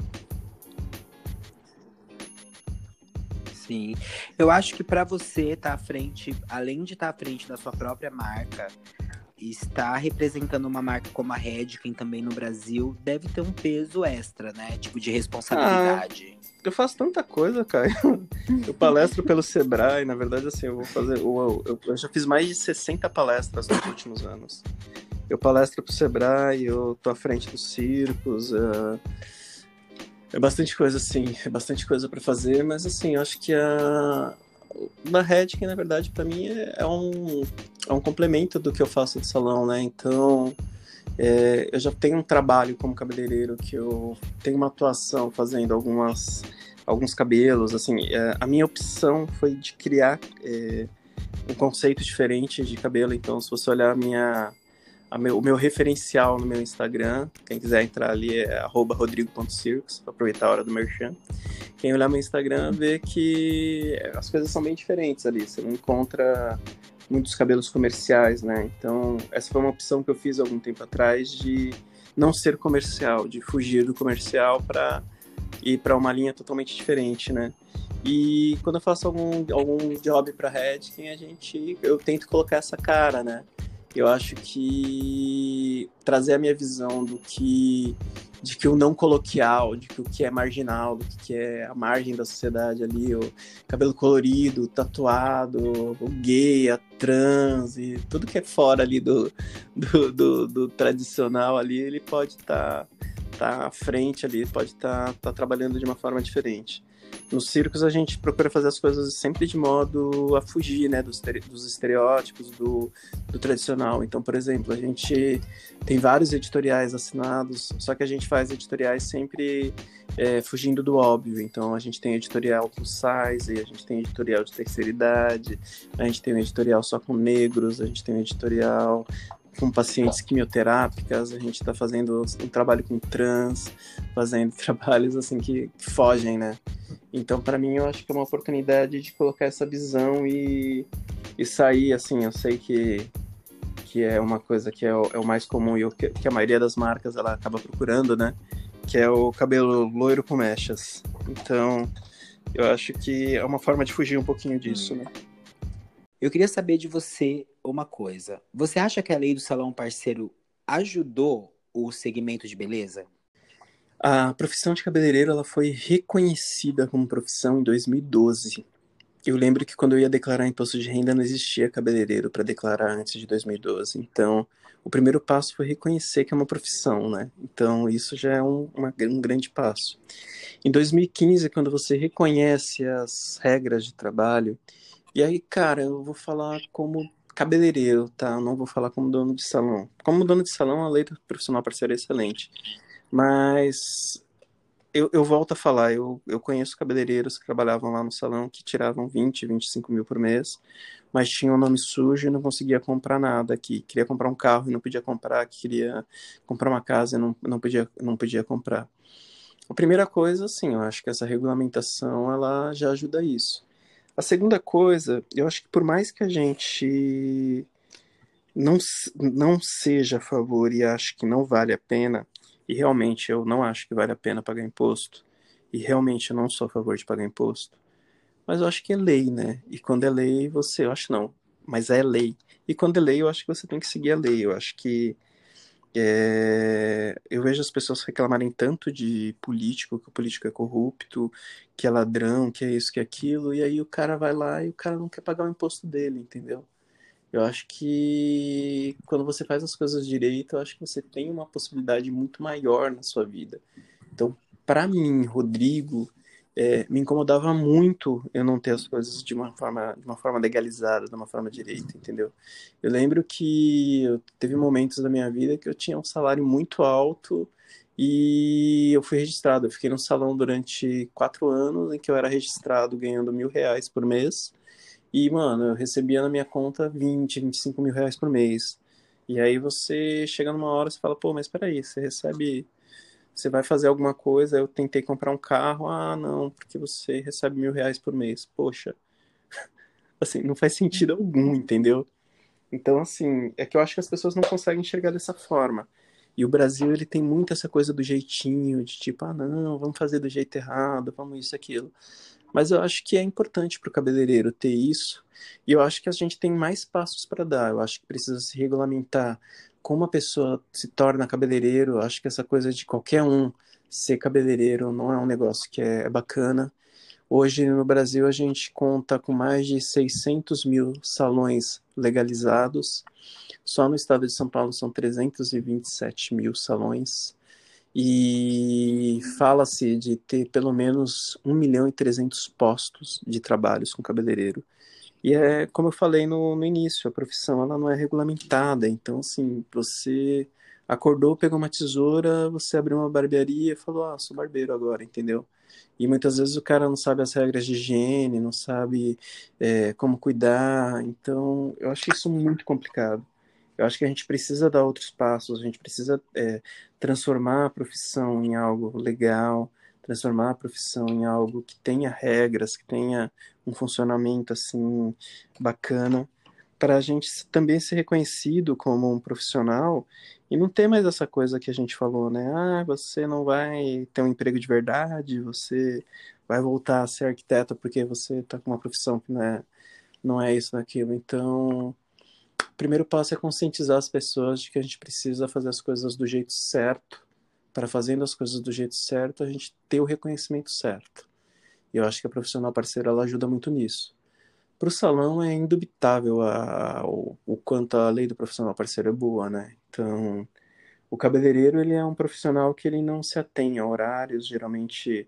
Sim. Eu acho que para você estar à frente, além de estar à frente da sua própria marca, estar representando uma marca como a Redken também no Brasil deve ter um peso extra, né? Tipo, de responsabilidade. Eu faço tanta coisa, Caio. Eu palestro pelo Sebrae, na verdade, assim, eu vou fazer. Eu já fiz mais de 60 palestras nos últimos anos. Eu palestro pro Sebrae, eu tô à frente dos circos. É bastante coisa, assim, é bastante coisa para fazer, mas assim, eu acho que da Redken, na verdade, para mim é um complemento do que eu faço de salão, né? Então, eu já tenho um trabalho como cabeleireiro, que eu tenho uma atuação fazendo alguns cabelos, assim, a minha opção foi de criar um conceito diferente de cabelo. Então, se você olhar o meu referencial no meu Instagram, quem quiser entrar ali é @rodrigo.circos, para aproveitar a hora do merchan. Quem olhar meu Instagram vê que as coisas são bem diferentes ali, você não encontra muitos cabelos comerciais, né? Então, essa foi uma opção que eu fiz há algum tempo atrás, de não ser comercial, de fugir do comercial para ir para uma linha totalmente diferente, né? E quando eu faço algum job para Redken, eu tento colocar essa cara, né? Eu acho que trazer a minha visão de que o não coloquial, de que o que é marginal, do que é a margem da sociedade ali, o cabelo colorido, tatuado, o gay, a trans e tudo que é fora ali do tradicional ali, ele pode estar à frente ali, pode estar trabalhando de uma forma diferente. Nos circos a gente procura fazer as coisas sempre de modo a fugir, né, dos estereótipos do tradicional. Então, por exemplo, a gente tem vários editoriais assinados, só que a gente faz editoriais sempre fugindo do óbvio. Então, a gente tem editorial plus size, a gente tem editorial de terceira idade, a gente tem um editorial só com negros, a gente tem um editorial com pacientes quimioterápicas, a gente está fazendo um trabalho com trans, fazendo trabalhos assim que fogem, né? Então, para mim, eu acho que é uma oportunidade de colocar essa visão e sair, assim, eu sei que é uma coisa que é o mais comum e que a maioria das marcas ela acaba procurando, né? Que é o cabelo loiro com mechas. Então, eu acho que é uma forma de fugir um pouquinho disso, né? Eu queria saber de você uma coisa. Você acha que a lei do salão parceiro ajudou o segmento de beleza? A profissão de cabeleireiro ela foi reconhecida como profissão em 2012. Eu lembro que quando eu ia declarar imposto de renda não existia cabeleireiro para declarar antes de 2012. Então, o primeiro passo foi reconhecer que é uma profissão, né? Então, isso já é um grande passo. Em 2015, quando você reconhece as regras de trabalho, e aí, cara, eu vou falar como cabeleireiro, tá? Eu não vou falar como dono de salão. Como dono de salão, a lei do profissional parceiro é excelente. Mas eu volto a falar, eu conheço cabeleireiros que trabalhavam lá no salão que tiravam 25 mil por mês, mas tinham um nome sujo e não conseguia comprar nada aqui. Queria comprar um carro e não podia comprar, queria comprar uma casa e não podia comprar. A primeira coisa, assim, eu acho que essa regulamentação, ela já ajuda isso. A segunda coisa, eu acho que por mais que a gente não seja a favor e ache que não vale a pena, e realmente eu não acho que vale a pena pagar imposto, e realmente eu não sou a favor de pagar imposto, mas eu acho que é lei, né? E quando é lei, eu acho não, mas é lei. E quando é lei, eu acho que você tem que seguir a lei. Eu acho que eu vejo as pessoas reclamarem tanto de político, que o político é corrupto, que é ladrão, que é isso, que é aquilo, e aí o cara vai lá e o cara não quer pagar o imposto dele, entendeu? Eu acho que quando você faz as coisas direito, eu acho que você tem uma possibilidade muito maior na sua vida. Então, para mim, Rodrigo, me incomodava muito eu não ter as coisas de uma forma legalizada, de uma forma direita, entendeu? Eu lembro que teve momentos da minha vida que eu tinha um salário muito alto e eu fui registrado. Eu fiquei no salão durante 4 anos em que eu era registrado ganhando R$ 1.000 por mês. E, mano, eu recebia na minha conta 25 mil reais por mês. E aí você chega numa hora e fala, pô, mas peraí, você recebe, você vai fazer alguma coisa, eu tentei comprar um carro, ah, não, porque você recebe 1.000 reais por mês. Poxa, assim, não faz sentido algum, entendeu? Então, assim, é que eu acho que as pessoas não conseguem enxergar dessa forma. E o Brasil, ele tem muito essa coisa do jeitinho, de tipo, ah, não, vamos fazer do jeito errado, vamos isso, aquilo. Mas eu acho que é importante para o cabeleireiro ter isso. E eu acho que a gente tem mais passos para dar. Eu acho que precisa se regulamentar como a pessoa se torna cabeleireiro. Eu acho que essa coisa de qualquer um ser cabeleireiro não é um negócio que é bacana. Hoje no Brasil a gente conta com mais de 600 mil salões legalizados. Só no estado de São Paulo são 327 mil salões. E fala-se de ter pelo menos 1.300.000 postos de trabalhos com cabeleireiro. E é como eu falei no início, a profissão ela não é regulamentada. Então, assim, você acordou, pegou uma tesoura, você abriu uma barbearia e falou, ah, sou barbeiro agora, entendeu? E muitas vezes o cara não sabe as regras de higiene, não sabe como cuidar. Então, eu acho isso muito complicado. Eu acho que a gente precisa dar outros passos, a gente precisa transformar a profissão em algo legal, transformar a profissão em algo que tenha regras, que tenha um funcionamento assim bacana, para a gente também ser reconhecido como um profissional e não ter mais essa coisa que a gente falou, né? Ah, você não vai ter um emprego de verdade, você vai voltar a ser arquiteto porque você está com uma profissão que não é isso, naquilo. Então, o primeiro passo é conscientizar as pessoas de que a gente precisa fazer as coisas do jeito certo, para fazendo as coisas do jeito certo, a gente ter o reconhecimento certo. E eu acho que a profissional parceira ela ajuda muito nisso. Para o salão é indubitável o quanto a lei do profissional parceiro é boa, né? Então, o cabeleireiro ele é um profissional que ele não se atém a horários, geralmente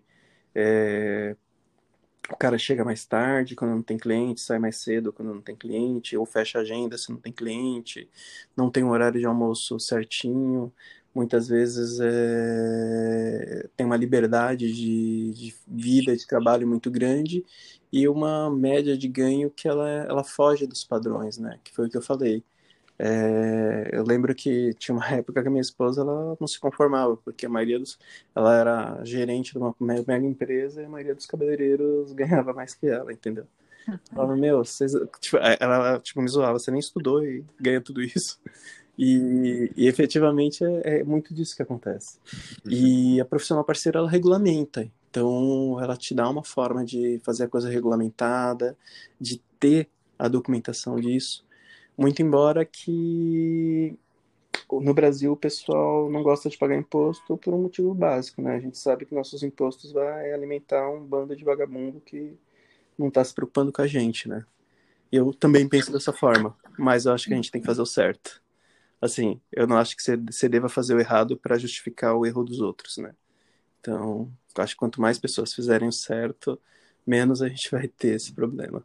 o cara chega mais tarde quando não tem cliente, sai mais cedo quando não tem cliente, ou fecha a agenda se não tem cliente, não tem um horário de almoço certinho. Muitas vezes tem uma liberdade de vida, de trabalho muito grande e uma média de ganho que ela foge dos padrões, né? Que foi o que eu falei. Eu lembro que tinha uma época que a minha esposa ela não se conformava, porque ela era gerente de uma mega empresa e a maioria dos cabeleireiros ganhava mais que ela, entendeu? Ela falava, meu, tipo, ela tipo, me zoava, você nem estudou e ganha tudo isso. E efetivamente é muito disso que acontece. E a profissional parceira, ela regulamenta. Então, ela te dá uma forma de fazer a coisa regulamentada, de ter a documentação disso. Muito embora que no Brasil o pessoal não gosta de pagar imposto por um motivo básico, né? A gente sabe que nossos impostos vai alimentar um bando de vagabundo que não está se preocupando com a gente, né? Eu também penso dessa forma, mas eu acho que a gente tem que fazer o certo. Assim, eu não acho que você deva fazer o errado para justificar o erro dos outros, né? Então, eu acho que quanto mais pessoas fizerem o certo, menos a gente vai ter esse problema.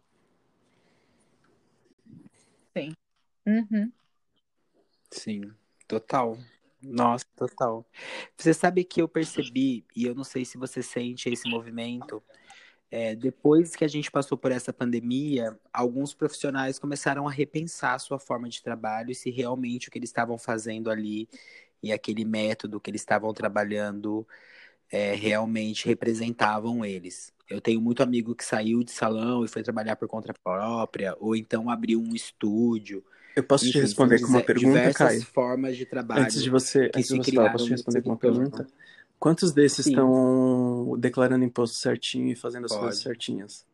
Sim. Uhum. Sim, total. Nossa, total. Você sabe que eu percebi, e eu não sei se você sente esse movimento, depois que a gente passou por essa pandemia, alguns profissionais começaram a repensar a sua forma de trabalho e se realmente o que eles estavam fazendo ali e aquele método que eles estavam trabalhando realmente representavam eles. Eu tenho muito amigo que saiu de salão e foi trabalhar por conta própria, ou então abriu um estúdio. Eu posso te Enfim, são responder com uma pergunta, diversas Caio? formas de Antes trabalho de você, que antes de se você falar, posso criaram te nesse responder com uma retorno. pergunta? Quantos desses Sim, estão declarando imposto certinho e fazendo as coisas pode. certinhas?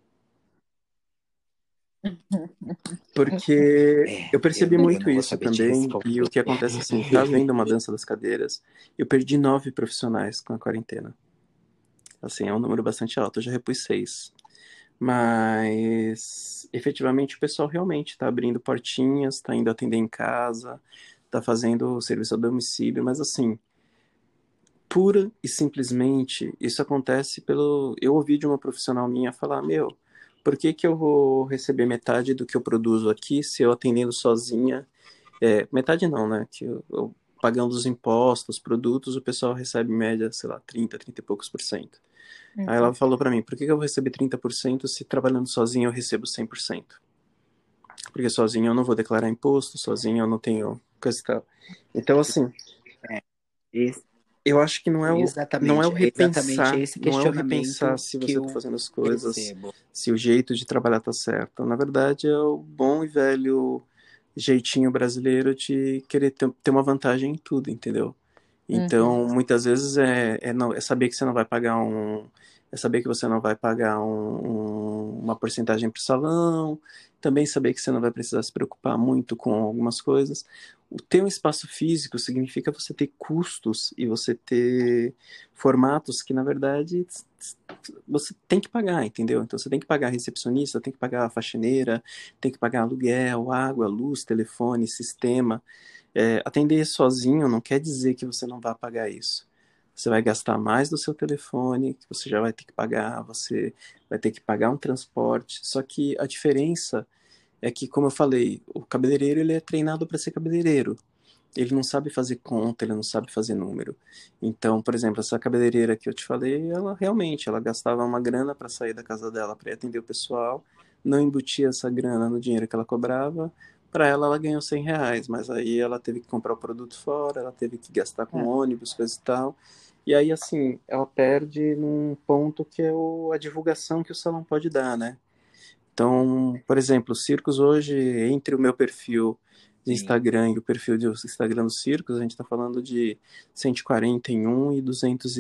Porque eu Eu percebi não, eu muito não vou isso saber te também, e responder. o que acontece assim, tá havendo uma dança das cadeiras, eu perdi 9 profissionais com a quarentena. Assim, é um número bastante alto, eu já repus 6. Mas, efetivamente, o pessoal realmente está abrindo portinhas, está indo atender em casa, está fazendo o serviço a domicílio, mas assim, pura e simplesmente, isso acontece pelo... Eu ouvi de uma profissional minha falar, meu, por que que eu vou receber metade do que eu produzo aqui se eu atendendo sozinha? Metade não, né? Que eu pagando os impostos, produtos, o pessoal recebe em média, sei lá, 30 e poucos por cento. Aí ela falou pra mim, por que eu vou receber 30% se trabalhando sozinho eu recebo 100%? Porque sozinho eu não vou declarar imposto, sozinho eu não tenho coisa e tal. Então, assim, É, esse- eu acho que não é o é exatamente repensar, esse não é o repensar questionamento se que você tá eu fazendo as coisas, recebo. se o jeito de trabalhar tá certo. Na verdade, é o bom e velho jeitinho brasileiro de querer ter uma vantagem em tudo, entendeu? Então, muitas vezes é saber que você não vai pagar é saber que você não vai pagar uma porcentagem para o salão, também saber que você não vai precisar se preocupar muito com algumas coisas. O ter um espaço físico significa você ter custos e você ter formatos que, na verdade, você tem que pagar, entendeu? Então, você tem que pagar a recepcionista, tem que pagar a faxineira, tem que pagar aluguel, água, luz, telefone, sistema. Atender sozinho não quer dizer que você não vai pagar isso. Você vai gastar mais do seu telefone, que você já vai ter que pagar, você vai ter que pagar um transporte. Só que a diferença é que, como eu falei, o cabeleireiro ele é treinado para ser cabeleireiro. Ele não sabe fazer conta, ele não sabe fazer número. Então, por exemplo, essa cabeleireira que eu te falei, ela realmente, ela gastava uma grana para sair da casa dela para atender o pessoal, não embutia essa grana no dinheiro que ela cobrava. Para ela, ela ganhou R$ 100, mas aí ela teve que comprar o produto fora, ela teve que gastar com ônibus, coisa e tal. E aí, assim, ela perde num ponto que é a divulgação que o salão pode dar, né? Então, por exemplo, os circos hoje, entre o meu perfil de Sim. Instagram e o perfil de Instagram dos circos, a gente está falando de 140 em um e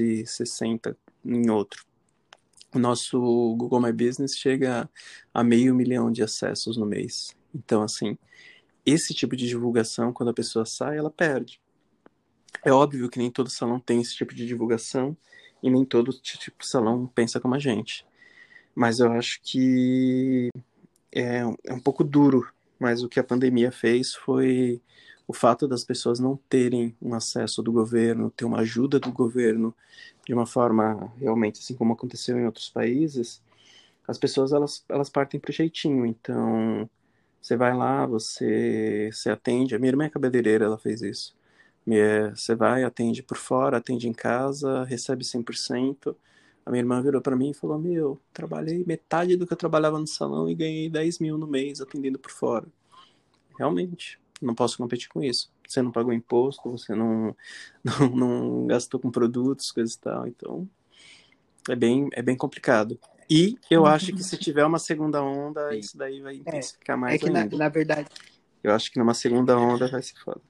260 em outro. O nosso Google My Business chega a 500.000 de acessos no mês. Então, assim, esse tipo de divulgação, quando a pessoa sai, ela perde. É óbvio que nem todo salão tem esse tipo de divulgação e nem todo tipo de salão pensa como a gente. Mas eu acho que é um pouco duro, mas o que a pandemia fez foi o fato das pessoas não terem um acesso do governo, ter uma ajuda do governo de uma forma realmente assim como aconteceu em outros países. As pessoas elas partem pro jeitinho, então você vai lá, você atende. A minha irmã é cabeleireira, ela fez isso. Você vai, atende por fora, atende em casa, recebe 100%. A minha irmã virou para mim e falou: Meu, trabalhei metade do que eu trabalhava no salão e ganhei 10 mil no mês atendendo por fora. Realmente, não posso competir com isso. Você não pagou imposto, você não gastou com produtos, coisas e tal. Então, é bem complicado. E eu acho que se tiver uma segunda onda, Sim. isso daí vai É, intensificar é mais que ainda. na verdade, Eu acho que numa segunda onda vai ser foda.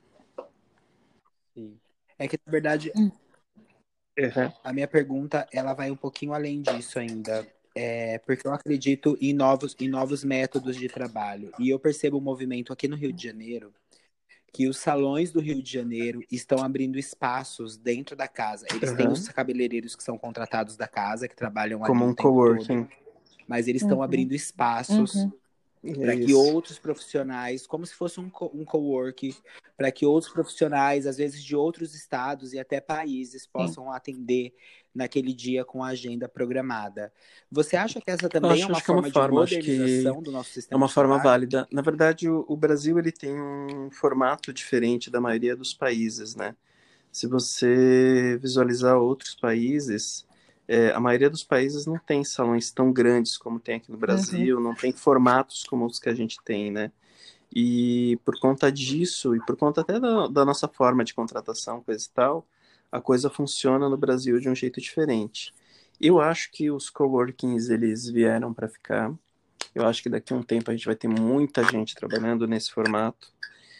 sim. É que na verdade Uhum. a minha pergunta ela vai um pouquinho além disso ainda. Porque eu acredito em novos métodos de trabalho. E eu percebo um movimento aqui no Rio de Janeiro que os salões do Rio de Janeiro estão abrindo espaços dentro da casa. Eles têm os Uhum. cabeleireiros que são contratados da casa, que trabalham ali Como o um tempo todo, coworking. mas eles estão abrindo espaços É para que isso. outros profissionais, como se fosse um cowork, para que outros profissionais, às vezes de outros estados e até países, possam atender naquele dia com a agenda programada. Você acha que essa Eu também é acho, uma acho que é uma forma de forma, acho que modernização do nosso é sistema uma de forma trabalho? válida. Na verdade, o Brasil ele tem um formato diferente da maioria dos países, né? Se você visualizar outros países, a maioria dos países não tem salões tão grandes como tem aqui no Brasil, não tem formatos como os que a gente tem, né? E por conta disso, e por conta até da nossa forma de contratação, coisa e tal, a coisa funciona no Brasil de um jeito diferente. Eu acho que os coworkings, eles vieram para ficar. Eu acho que daqui a um tempo a gente vai ter muita gente trabalhando nesse formato.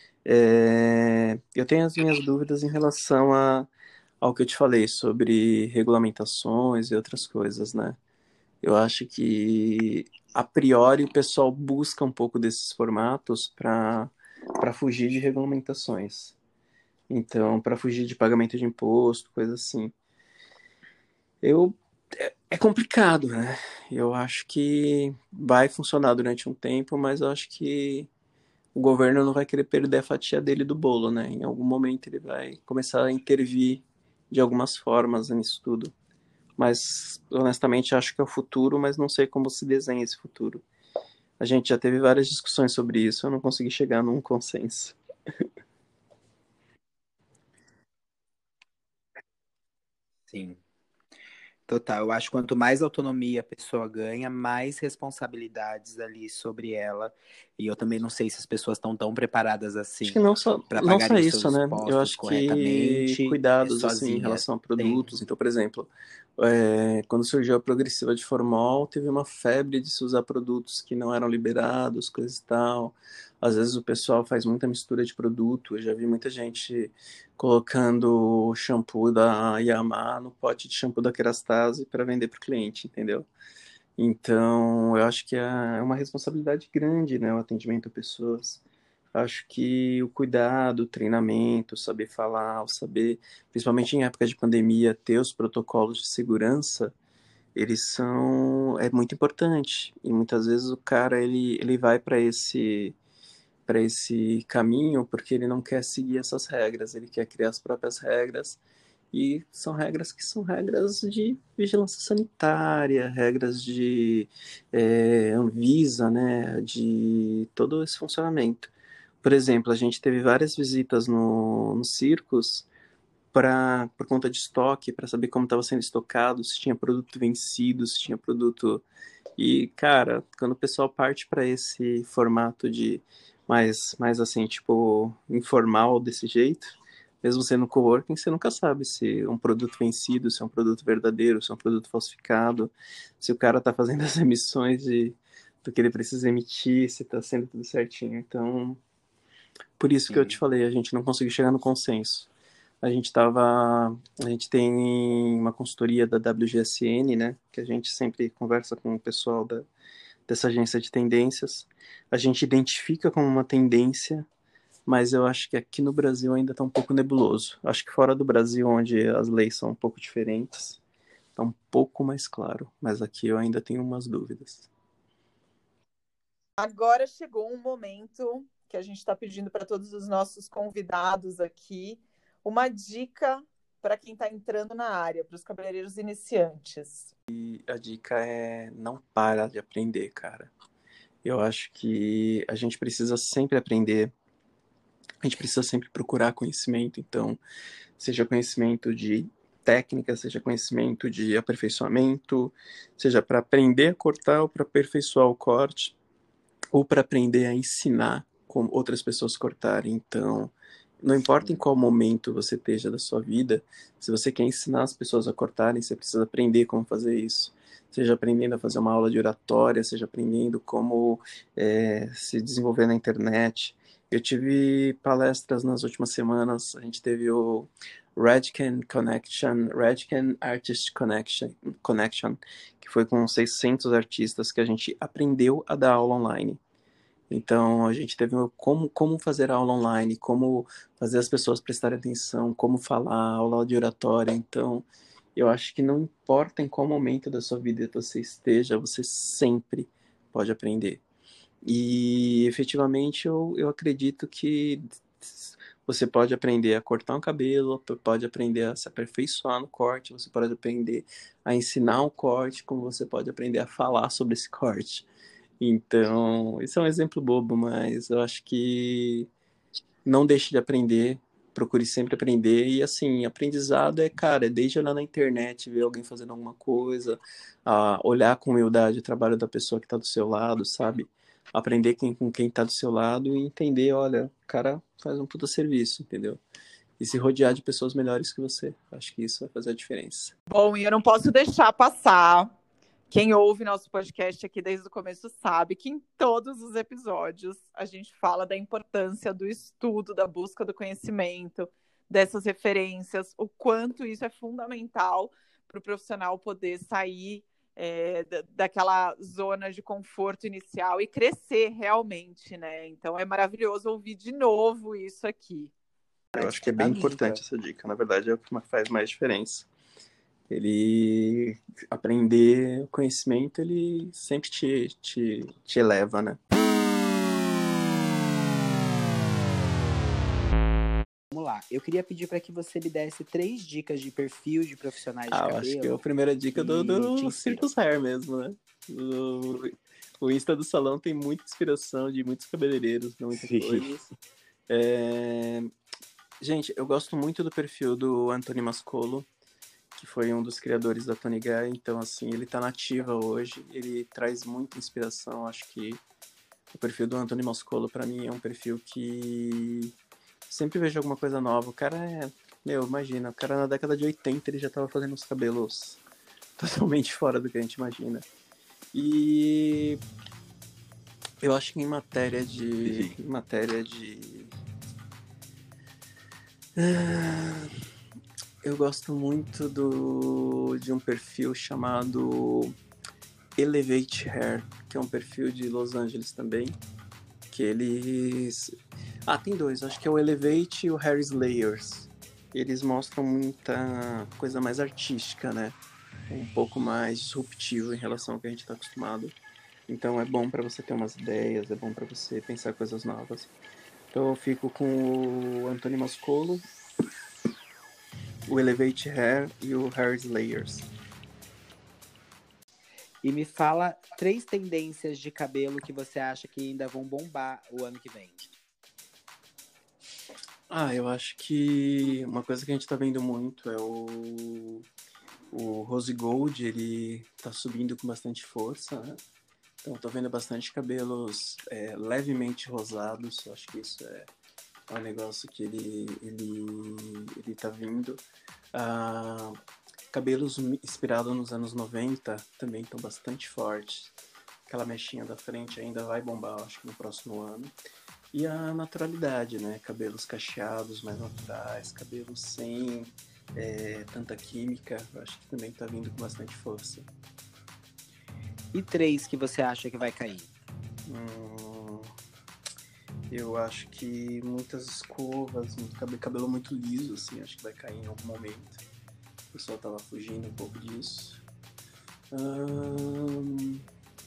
Eu tenho as minhas dúvidas em relação ao que eu te falei sobre regulamentações e outras coisas, né? Eu acho que, a priori, o pessoal busca um pouco desses formatos para fugir de regulamentações. Então, para fugir de pagamento de imposto, coisa assim. Eu, é complicado, né? Eu acho que vai funcionar durante um tempo, mas eu acho que o governo não vai querer perder a fatia dele do bolo, né? Em algum momento ele vai começar a intervir de algumas formas nisso tudo. Mas, honestamente, acho que é o futuro, mas não sei como se desenha esse futuro. A gente já teve várias discussões sobre isso, eu não consegui chegar num consenso. Sim. Total. Eu acho que quanto mais autonomia a pessoa ganha, mais responsabilidades ali sobre ela. E eu também não sei se as pessoas estão tão preparadas Acho que assim não só, para não só pagarem os seus isso, né? Eu impostos acho que corretamente, cuidados, assim, em sozinha. relação a Tem. produtos. Então, por exemplo, quando surgiu a progressiva de formol, teve uma febre de se usar produtos que não eram liberados, coisas e tal. Às vezes o pessoal faz muita mistura de produto. Eu já vi muita gente colocando o shampoo da Yamaha no pote de shampoo da Kerastase para vender para o cliente, entendeu? Então, eu acho que é uma responsabilidade grande, né, o atendimento a pessoas. Acho que o cuidado, o treinamento, o saber falar, o saber, principalmente em época de pandemia, ter os protocolos de segurança, é muito importante. E muitas vezes o cara, ele vai para esse caminho porque ele não quer seguir essas regras, ele quer criar as próprias regras e são regras que são regras de vigilância sanitária, regras de Anvisa, né, de todo esse funcionamento. Por exemplo, a gente teve várias visitas no circos por conta de estoque, para saber como estava sendo estocado, se tinha produto vencido, se tinha produto. E, cara, quando o pessoal parte para esse formato de mais assim, tipo, informal desse jeito, mesmo sendo coworking, você nunca sabe se é um produto vencido, se é um produto verdadeiro, se é um produto falsificado, se o cara tá fazendo as emissões do que ele precisa emitir, se tá sendo tudo certinho. Então, por isso que eu te Sim. falei, a gente não conseguiu chegar no consenso. A gente tem uma consultoria da WGSN, né, que a gente sempre conversa com o pessoal dessa agência de tendências. A gente identifica como uma tendência, mas eu acho que aqui no Brasil ainda está um pouco nebuloso. Acho que fora do Brasil, onde as leis são um pouco diferentes, está um pouco mais claro, mas aqui eu ainda tenho umas dúvidas. Agora chegou um momento que a gente está pedindo para todos os nossos convidados aqui uma dica para quem está entrando na área, para os cabeleireiros iniciantes. E a dica é não para de aprender, cara. Eu acho que a gente precisa sempre aprender, a gente precisa sempre procurar conhecimento, então, seja conhecimento de técnica, seja conhecimento de aperfeiçoamento, seja para aprender a cortar ou para aperfeiçoar o corte, ou para aprender a ensinar como outras pessoas cortarem. Então, não importa em qual momento você esteja da sua vida, se você quer ensinar as pessoas a cortarem, você precisa aprender como fazer isso. Seja aprendendo a fazer uma aula de oratória, seja aprendendo como se desenvolver na internet. Eu tive palestras nas últimas semanas, a gente teve o Redcan Artist Connection, que foi com 600 artistas que a gente aprendeu a dar aula online. Então, a gente teve como fazer aula online, como fazer as pessoas prestarem atenção, como falar, aula de oratória. Então, eu acho que não importa em qual momento da sua vida você esteja, você sempre pode aprender. E, efetivamente, eu acredito que você pode aprender a cortar um cabelo, pode aprender a se aperfeiçoar no corte, você pode aprender a ensinar um corte, como você pode aprender a falar sobre esse corte. Então, isso é um exemplo bobo, mas eu acho que não deixe de aprender, procure sempre aprender. E assim, aprendizado cara, é desde olhar na internet, ver alguém fazendo alguma coisa, olhar com humildade o trabalho da pessoa que está do seu lado, sabe? Aprender com quem está do seu lado e entender, olha, o cara faz um puta serviço, entendeu? E se rodear de pessoas melhores que você. Acho que isso vai fazer a diferença. Bom, e eu não posso deixar passar. Quem ouve nosso podcast aqui desde o começo sabe que em todos os episódios a gente fala da importância do estudo, da busca do conhecimento, dessas referências, o quanto isso é fundamental para o profissional poder sair daquela zona de conforto inicial e crescer realmente, né? Então é maravilhoso ouvir de novo isso aqui. Eu acho que é bem importante essa dica. Na verdade, é o que faz mais diferença. Ele aprender o conhecimento, ele sempre te eleva, né? Vamos lá. Eu queria pedir para que você me desse 3 dicas de perfil de profissionais de Eu cabelo. acho que a primeira dica do Circus Hair mesmo, né? O Insta do salão tem muita inspiração de muitos cabeleireiros, muitas coisas. Gente, eu gosto muito do perfil do Anthony Mascolo, que foi um dos criadores da Tony Guy. Então, assim, ele tá na ativa hoje, ele traz muita inspiração. Acho que o perfil do Anthony Moscolo, pra mim, é um perfil que sempre vejo alguma coisa nova. O cara imagina, o cara na década de 80 ele já tava fazendo os cabelos totalmente fora do que a gente imagina. E eu acho que em matéria de eu gosto muito de um perfil chamado Elevate Hair, que é um perfil de Los Angeles também, que eles... tem dois, acho que é o Elevate e o Hair Slayers. Eles mostram muita coisa mais artística, né? Um pouco mais disruptivo em relação ao que a gente está acostumado. Então é bom para você ter umas ideias, é bom para você pensar coisas novas. Então eu fico com o Anthony Moscolo, o Elevate Hair e o Hair Slayers. E me fala 3 tendências de cabelo que você acha que ainda vão bombar o ano que vem. Eu acho que uma coisa que a gente tá vendo muito é o Rose Gold, ele tá subindo com bastante força, né? Então tô vendo bastante cabelos levemente rosados. Eu acho que isso é um negócio que ele tá vindo. Cabelos inspirados nos anos 90 também estão bastante fortes. Aquela mechinha da frente ainda vai bombar, eu acho que no próximo ano. E a naturalidade, né? Cabelos cacheados, mais naturais, cabelos sem tanta química, eu acho que também tá vindo com bastante força. E 3 que você acha que vai cair? Eu acho que muitas escovas, cabelo muito liso, assim, acho que vai cair em algum momento. O pessoal tava fugindo um pouco disso. Não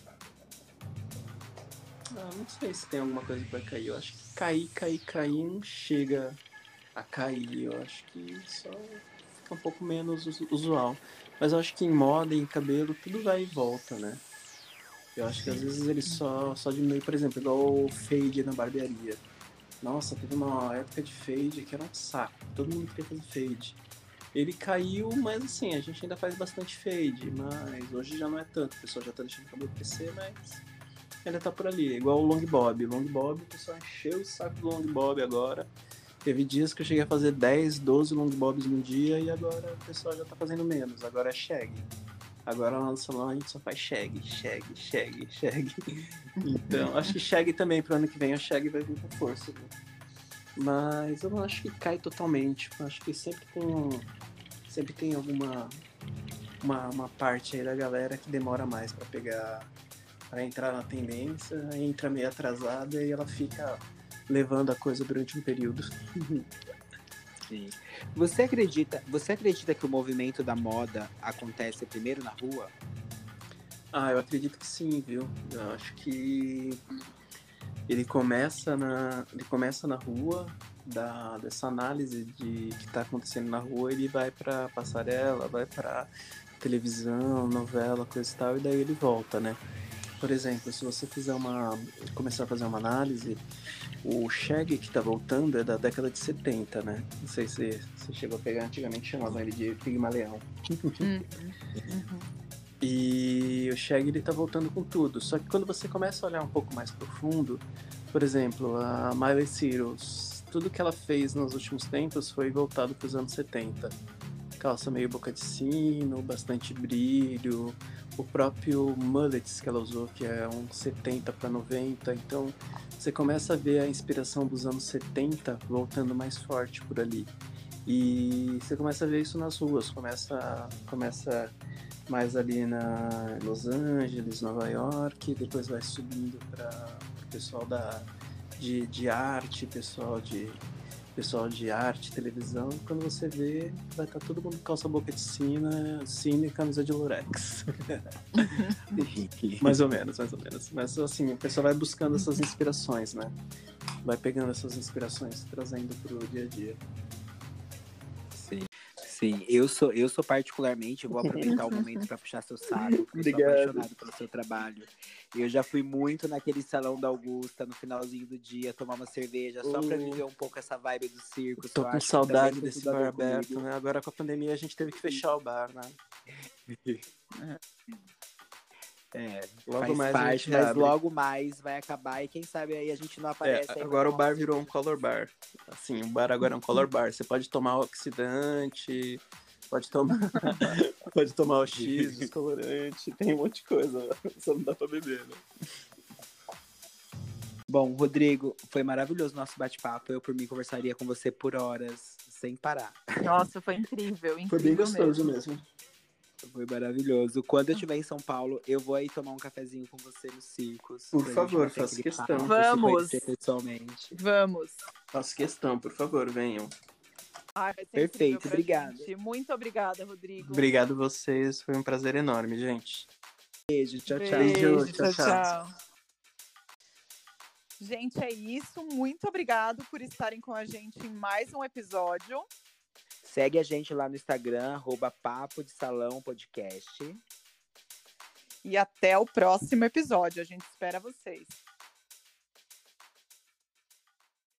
sei se tem alguma coisa que vai cair. Eu acho que cair não chega a cair. Eu acho que só fica um pouco menos usual. Mas eu acho que em moda e em cabelo tudo vai e volta, né? Eu acho que às vezes ele só diminui, por exemplo, igual o fade na barbearia. Nossa, teve uma época de fade que era um saco. Todo mundo queria fazer fade. Ele caiu, mas assim, a gente ainda faz bastante fade. Mas hoje já não é tanto. O pessoal já tá deixando o cabelo crescer, mas ainda tá por ali. Igual o long bob. O long bob, o pessoal encheu o saco do long bob agora. Teve dias que eu cheguei a fazer 10, 12 long bobs no dia e agora o pessoal já tá fazendo menos. Agora é shag. Agora lá no salão a gente só faz shag. Então, acho que shag também pro ano que vem, o shag vai vir com força. Né? Mas eu não acho que cai totalmente. Eu acho que sempre tem alguma uma parte aí da galera que demora mais pra pegar, pra entrar na tendência, entra meio atrasada e ela fica levando a coisa durante um período. Sim. Você acredita que o movimento da moda acontece primeiro na rua? Eu acredito que sim, viu? Eu acho que ele começa na rua, dessa análise de que está acontecendo na rua, ele vai para passarela, vai para televisão, novela, coisa e tal, e daí ele volta, né? Por exemplo, se você começar a fazer uma análise, o shag que tá voltando é da década de 70, né? Não sei se você chegou a pegar, antigamente chamavam ele de Pigmaleão. E o shag ele tá voltando com tudo, só que quando você começa a olhar um pouco mais profundo, por exemplo, a Miley Cyrus, tudo que ela fez nos últimos tempos foi voltado para os anos 70. Calça meio boca de sino, bastante brilho, o próprio mullets que ela usou, que é um 70 para 90, então você começa a ver a inspiração dos anos 70 voltando mais forte por ali. E você começa a ver isso nas ruas, começa mais ali na Los Angeles, Nova York, depois vai subindo para o pessoal de arte, pessoal de arte, televisão, e quando você vê, vai estar todo mundo com calça boca de sino e camisa de lurex. mais ou menos. Mas assim, o pessoal vai buscando essas inspirações, né? Vai pegando essas inspirações, trazendo pro dia a dia. Sim. Sim, eu sou particularmente, vou aproveitar o momento para puxar seu saco, porque eu sou Obrigado. apaixonado pelo seu trabalho. Eu já fui muito naquele salão da Augusta, no finalzinho do dia, tomar uma cerveja, só para viver um pouco essa vibe do circo. Tô com saudade desse bar aberto, né? Agora com a pandemia a gente teve que fechar o bar, né? Logo Faz mais parte, mas abre. logo mais vai acabar e quem sabe aí a gente não aparece. Aí Agora o bar virou um color bar. Assim, o bar agora é um color bar. Você pode tomar oxidante, pode tomar o X, descolorante, tem um monte de coisa, só não dá pra beber, né? Bom, Rodrigo, foi maravilhoso o nosso bate-papo. Eu, por mim, conversaria com você por horas, sem parar. Nossa, foi incrível, Foi bem gostoso mesmo. Foi maravilhoso. Quando eu estiver em São Paulo, eu vou aí tomar um cafezinho com você nos circos. Por favor, faço questão. Vamos! Pessoalmente. Vamos! Faço questão, por favor, venham. Ai, vai ser perfeito, obrigada. Muito obrigada, Rodrigo. Obrigado vocês, foi um prazer enorme, gente. Beijo, tchau, tchau. Beijo, tchau. Gente, é isso. Muito obrigado por estarem com a gente em mais um episódio. Segue a gente lá no Instagram, @Papo de Salão Podcast. E até o próximo episódio. A gente espera vocês.